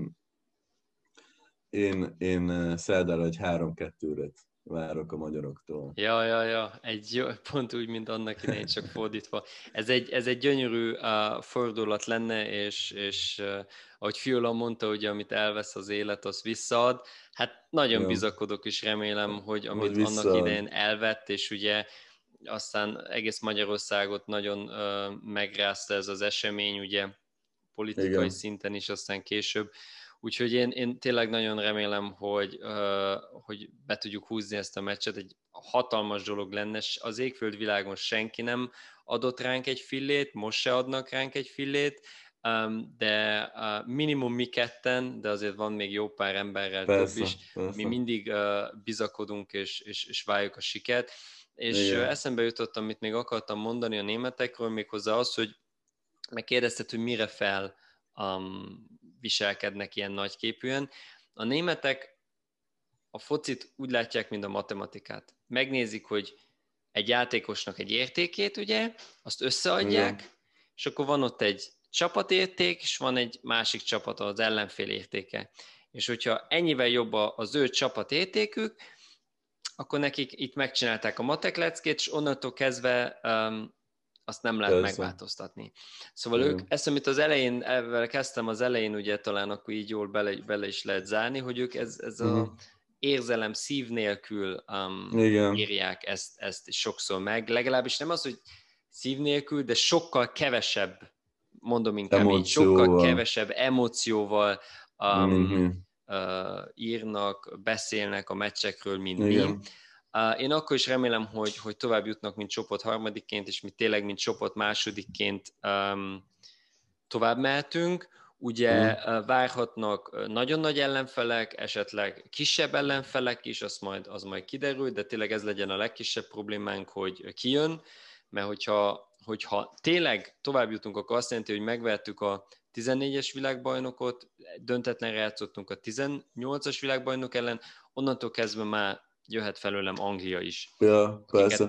én szerdára egy 3-2-re várok a magyaroktól. Ja, pont úgy, mint annak idején, csak fordítva. Ez egy gyönyörű fordulat lenne, és ahogy Fiola mondta, ugye, amit elvesz az élet, az visszaad. Hát nagyon bizakodok, és remélem, hogy amit annak idején elvett, és ugye aztán egész Magyarországot nagyon megrázta ez az esemény, ugye politikai szinten is, aztán később. Úgyhogy én tényleg nagyon remélem, hogy be tudjuk húzni ezt a meccset. Egy hatalmas dolog lenne, az égföld világon senki nem adott ránk egy fillét, most se adnak ránk egy fillét, de minimum mi ketten, de azért van még jó pár emberrel több is. Mi mindig bizakodunk és várjuk a sikert. És eszembe jutott, amit még akartam mondani a németekről, méghozzá az, hogy megkérdezted, hogy mire fel viselkednek ilyen nagyképűen. A németek a focit úgy látják, mint a matematikát. Megnézik, hogy egy játékosnak egy értékét, ugye, azt összeadják, és akkor van ott egy csapatérték, és van egy másik csapat, az ellenfél értéke. És hogyha ennyivel jobb az ő csapatértékük, akkor nekik itt megcsinálták a matek leckét, és onnantól kezdve azt nem lehet megváltoztatni. Szóval ők, ezt, amit az elején, ezzel kezdtem az elején, ugye talán akkor így jól bele is lehet zárni, hogy ők ez a érzelem szív nélkül írják ezt sokszor meg. Legalábbis nem az, hogy szív nélkül, de sokkal kevesebb, mondom inkább így, sokkal kevesebb emócióval írnak, beszélnek a meccsekről, mint mi. Én akkor is remélem, hogy tovább jutnak, mint csoport harmadikként, és mi tényleg, mint csoport másodikként tovább mehetünk. Ugye várhatnak nagyon nagy ellenfelek, esetleg kisebb ellenfelek is, az majd kiderül, de tényleg ez legyen a legkisebb problémánk, hogy kijön, mert hogyha tényleg tovább jutunk, akkor azt jelenti, hogy megvertük a 14-es világbajnokot, döntetlenre játszottunk a 18-as világbajnok ellen, onnantól kezdve már jöhet felőlem Anglia is. Ja, persze.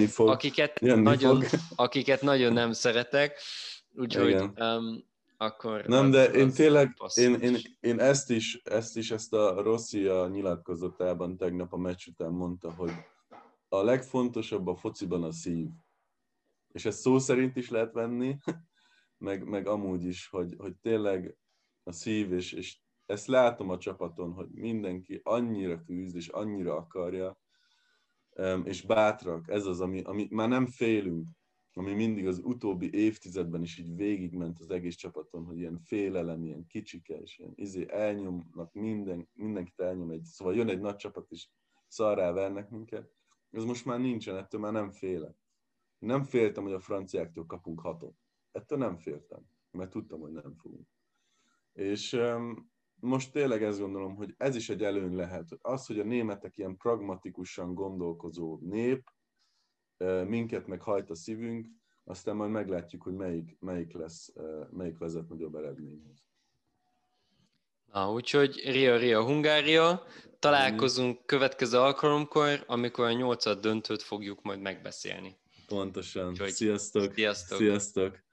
Akiket nagyon nem szeretek, úgyhogy akkor... Nem, de én tényleg, én ezt a Rossi a nyilatkozatában tegnap a meccs után mondta, hogy a legfontosabb a fociban a szív. És ezt szó szerint is lehet venni, meg amúgy is, hogy tényleg a szív, és ezt látom a csapaton, hogy mindenki annyira küzd, és annyira akarja, és bátrak. Ez az, ami már nem félünk, ami mindig az utóbbi évtizedben is így végigment az egész csapaton, hogy ilyen félelem, ilyen kicsike, és ilyen elnyomnak mindenkit elnyom szóval jön egy nagy csapat, és szarrá vernek minket. Ez most már nincsen, ettől már nem félek. Nem féltem, hogy a franciáktól kapunk 6-ot. Ettől nem féltem, mert tudtam, hogy nem fogunk. És most tényleg ezt gondolom, hogy ez is egy előny lehet. Az, hogy a németek ilyen pragmatikusan gondolkozó nép, minket meg hajt a szívünk, aztán majd meglátjuk, hogy melyik vezet nagyobb eredményhez. Na, úgyhogy Ria, Hungária, találkozunk következő alkalomkor, amikor a 8. döntőt fogjuk majd megbeszélni. Pontosan. Úgyhogy, Sziasztok!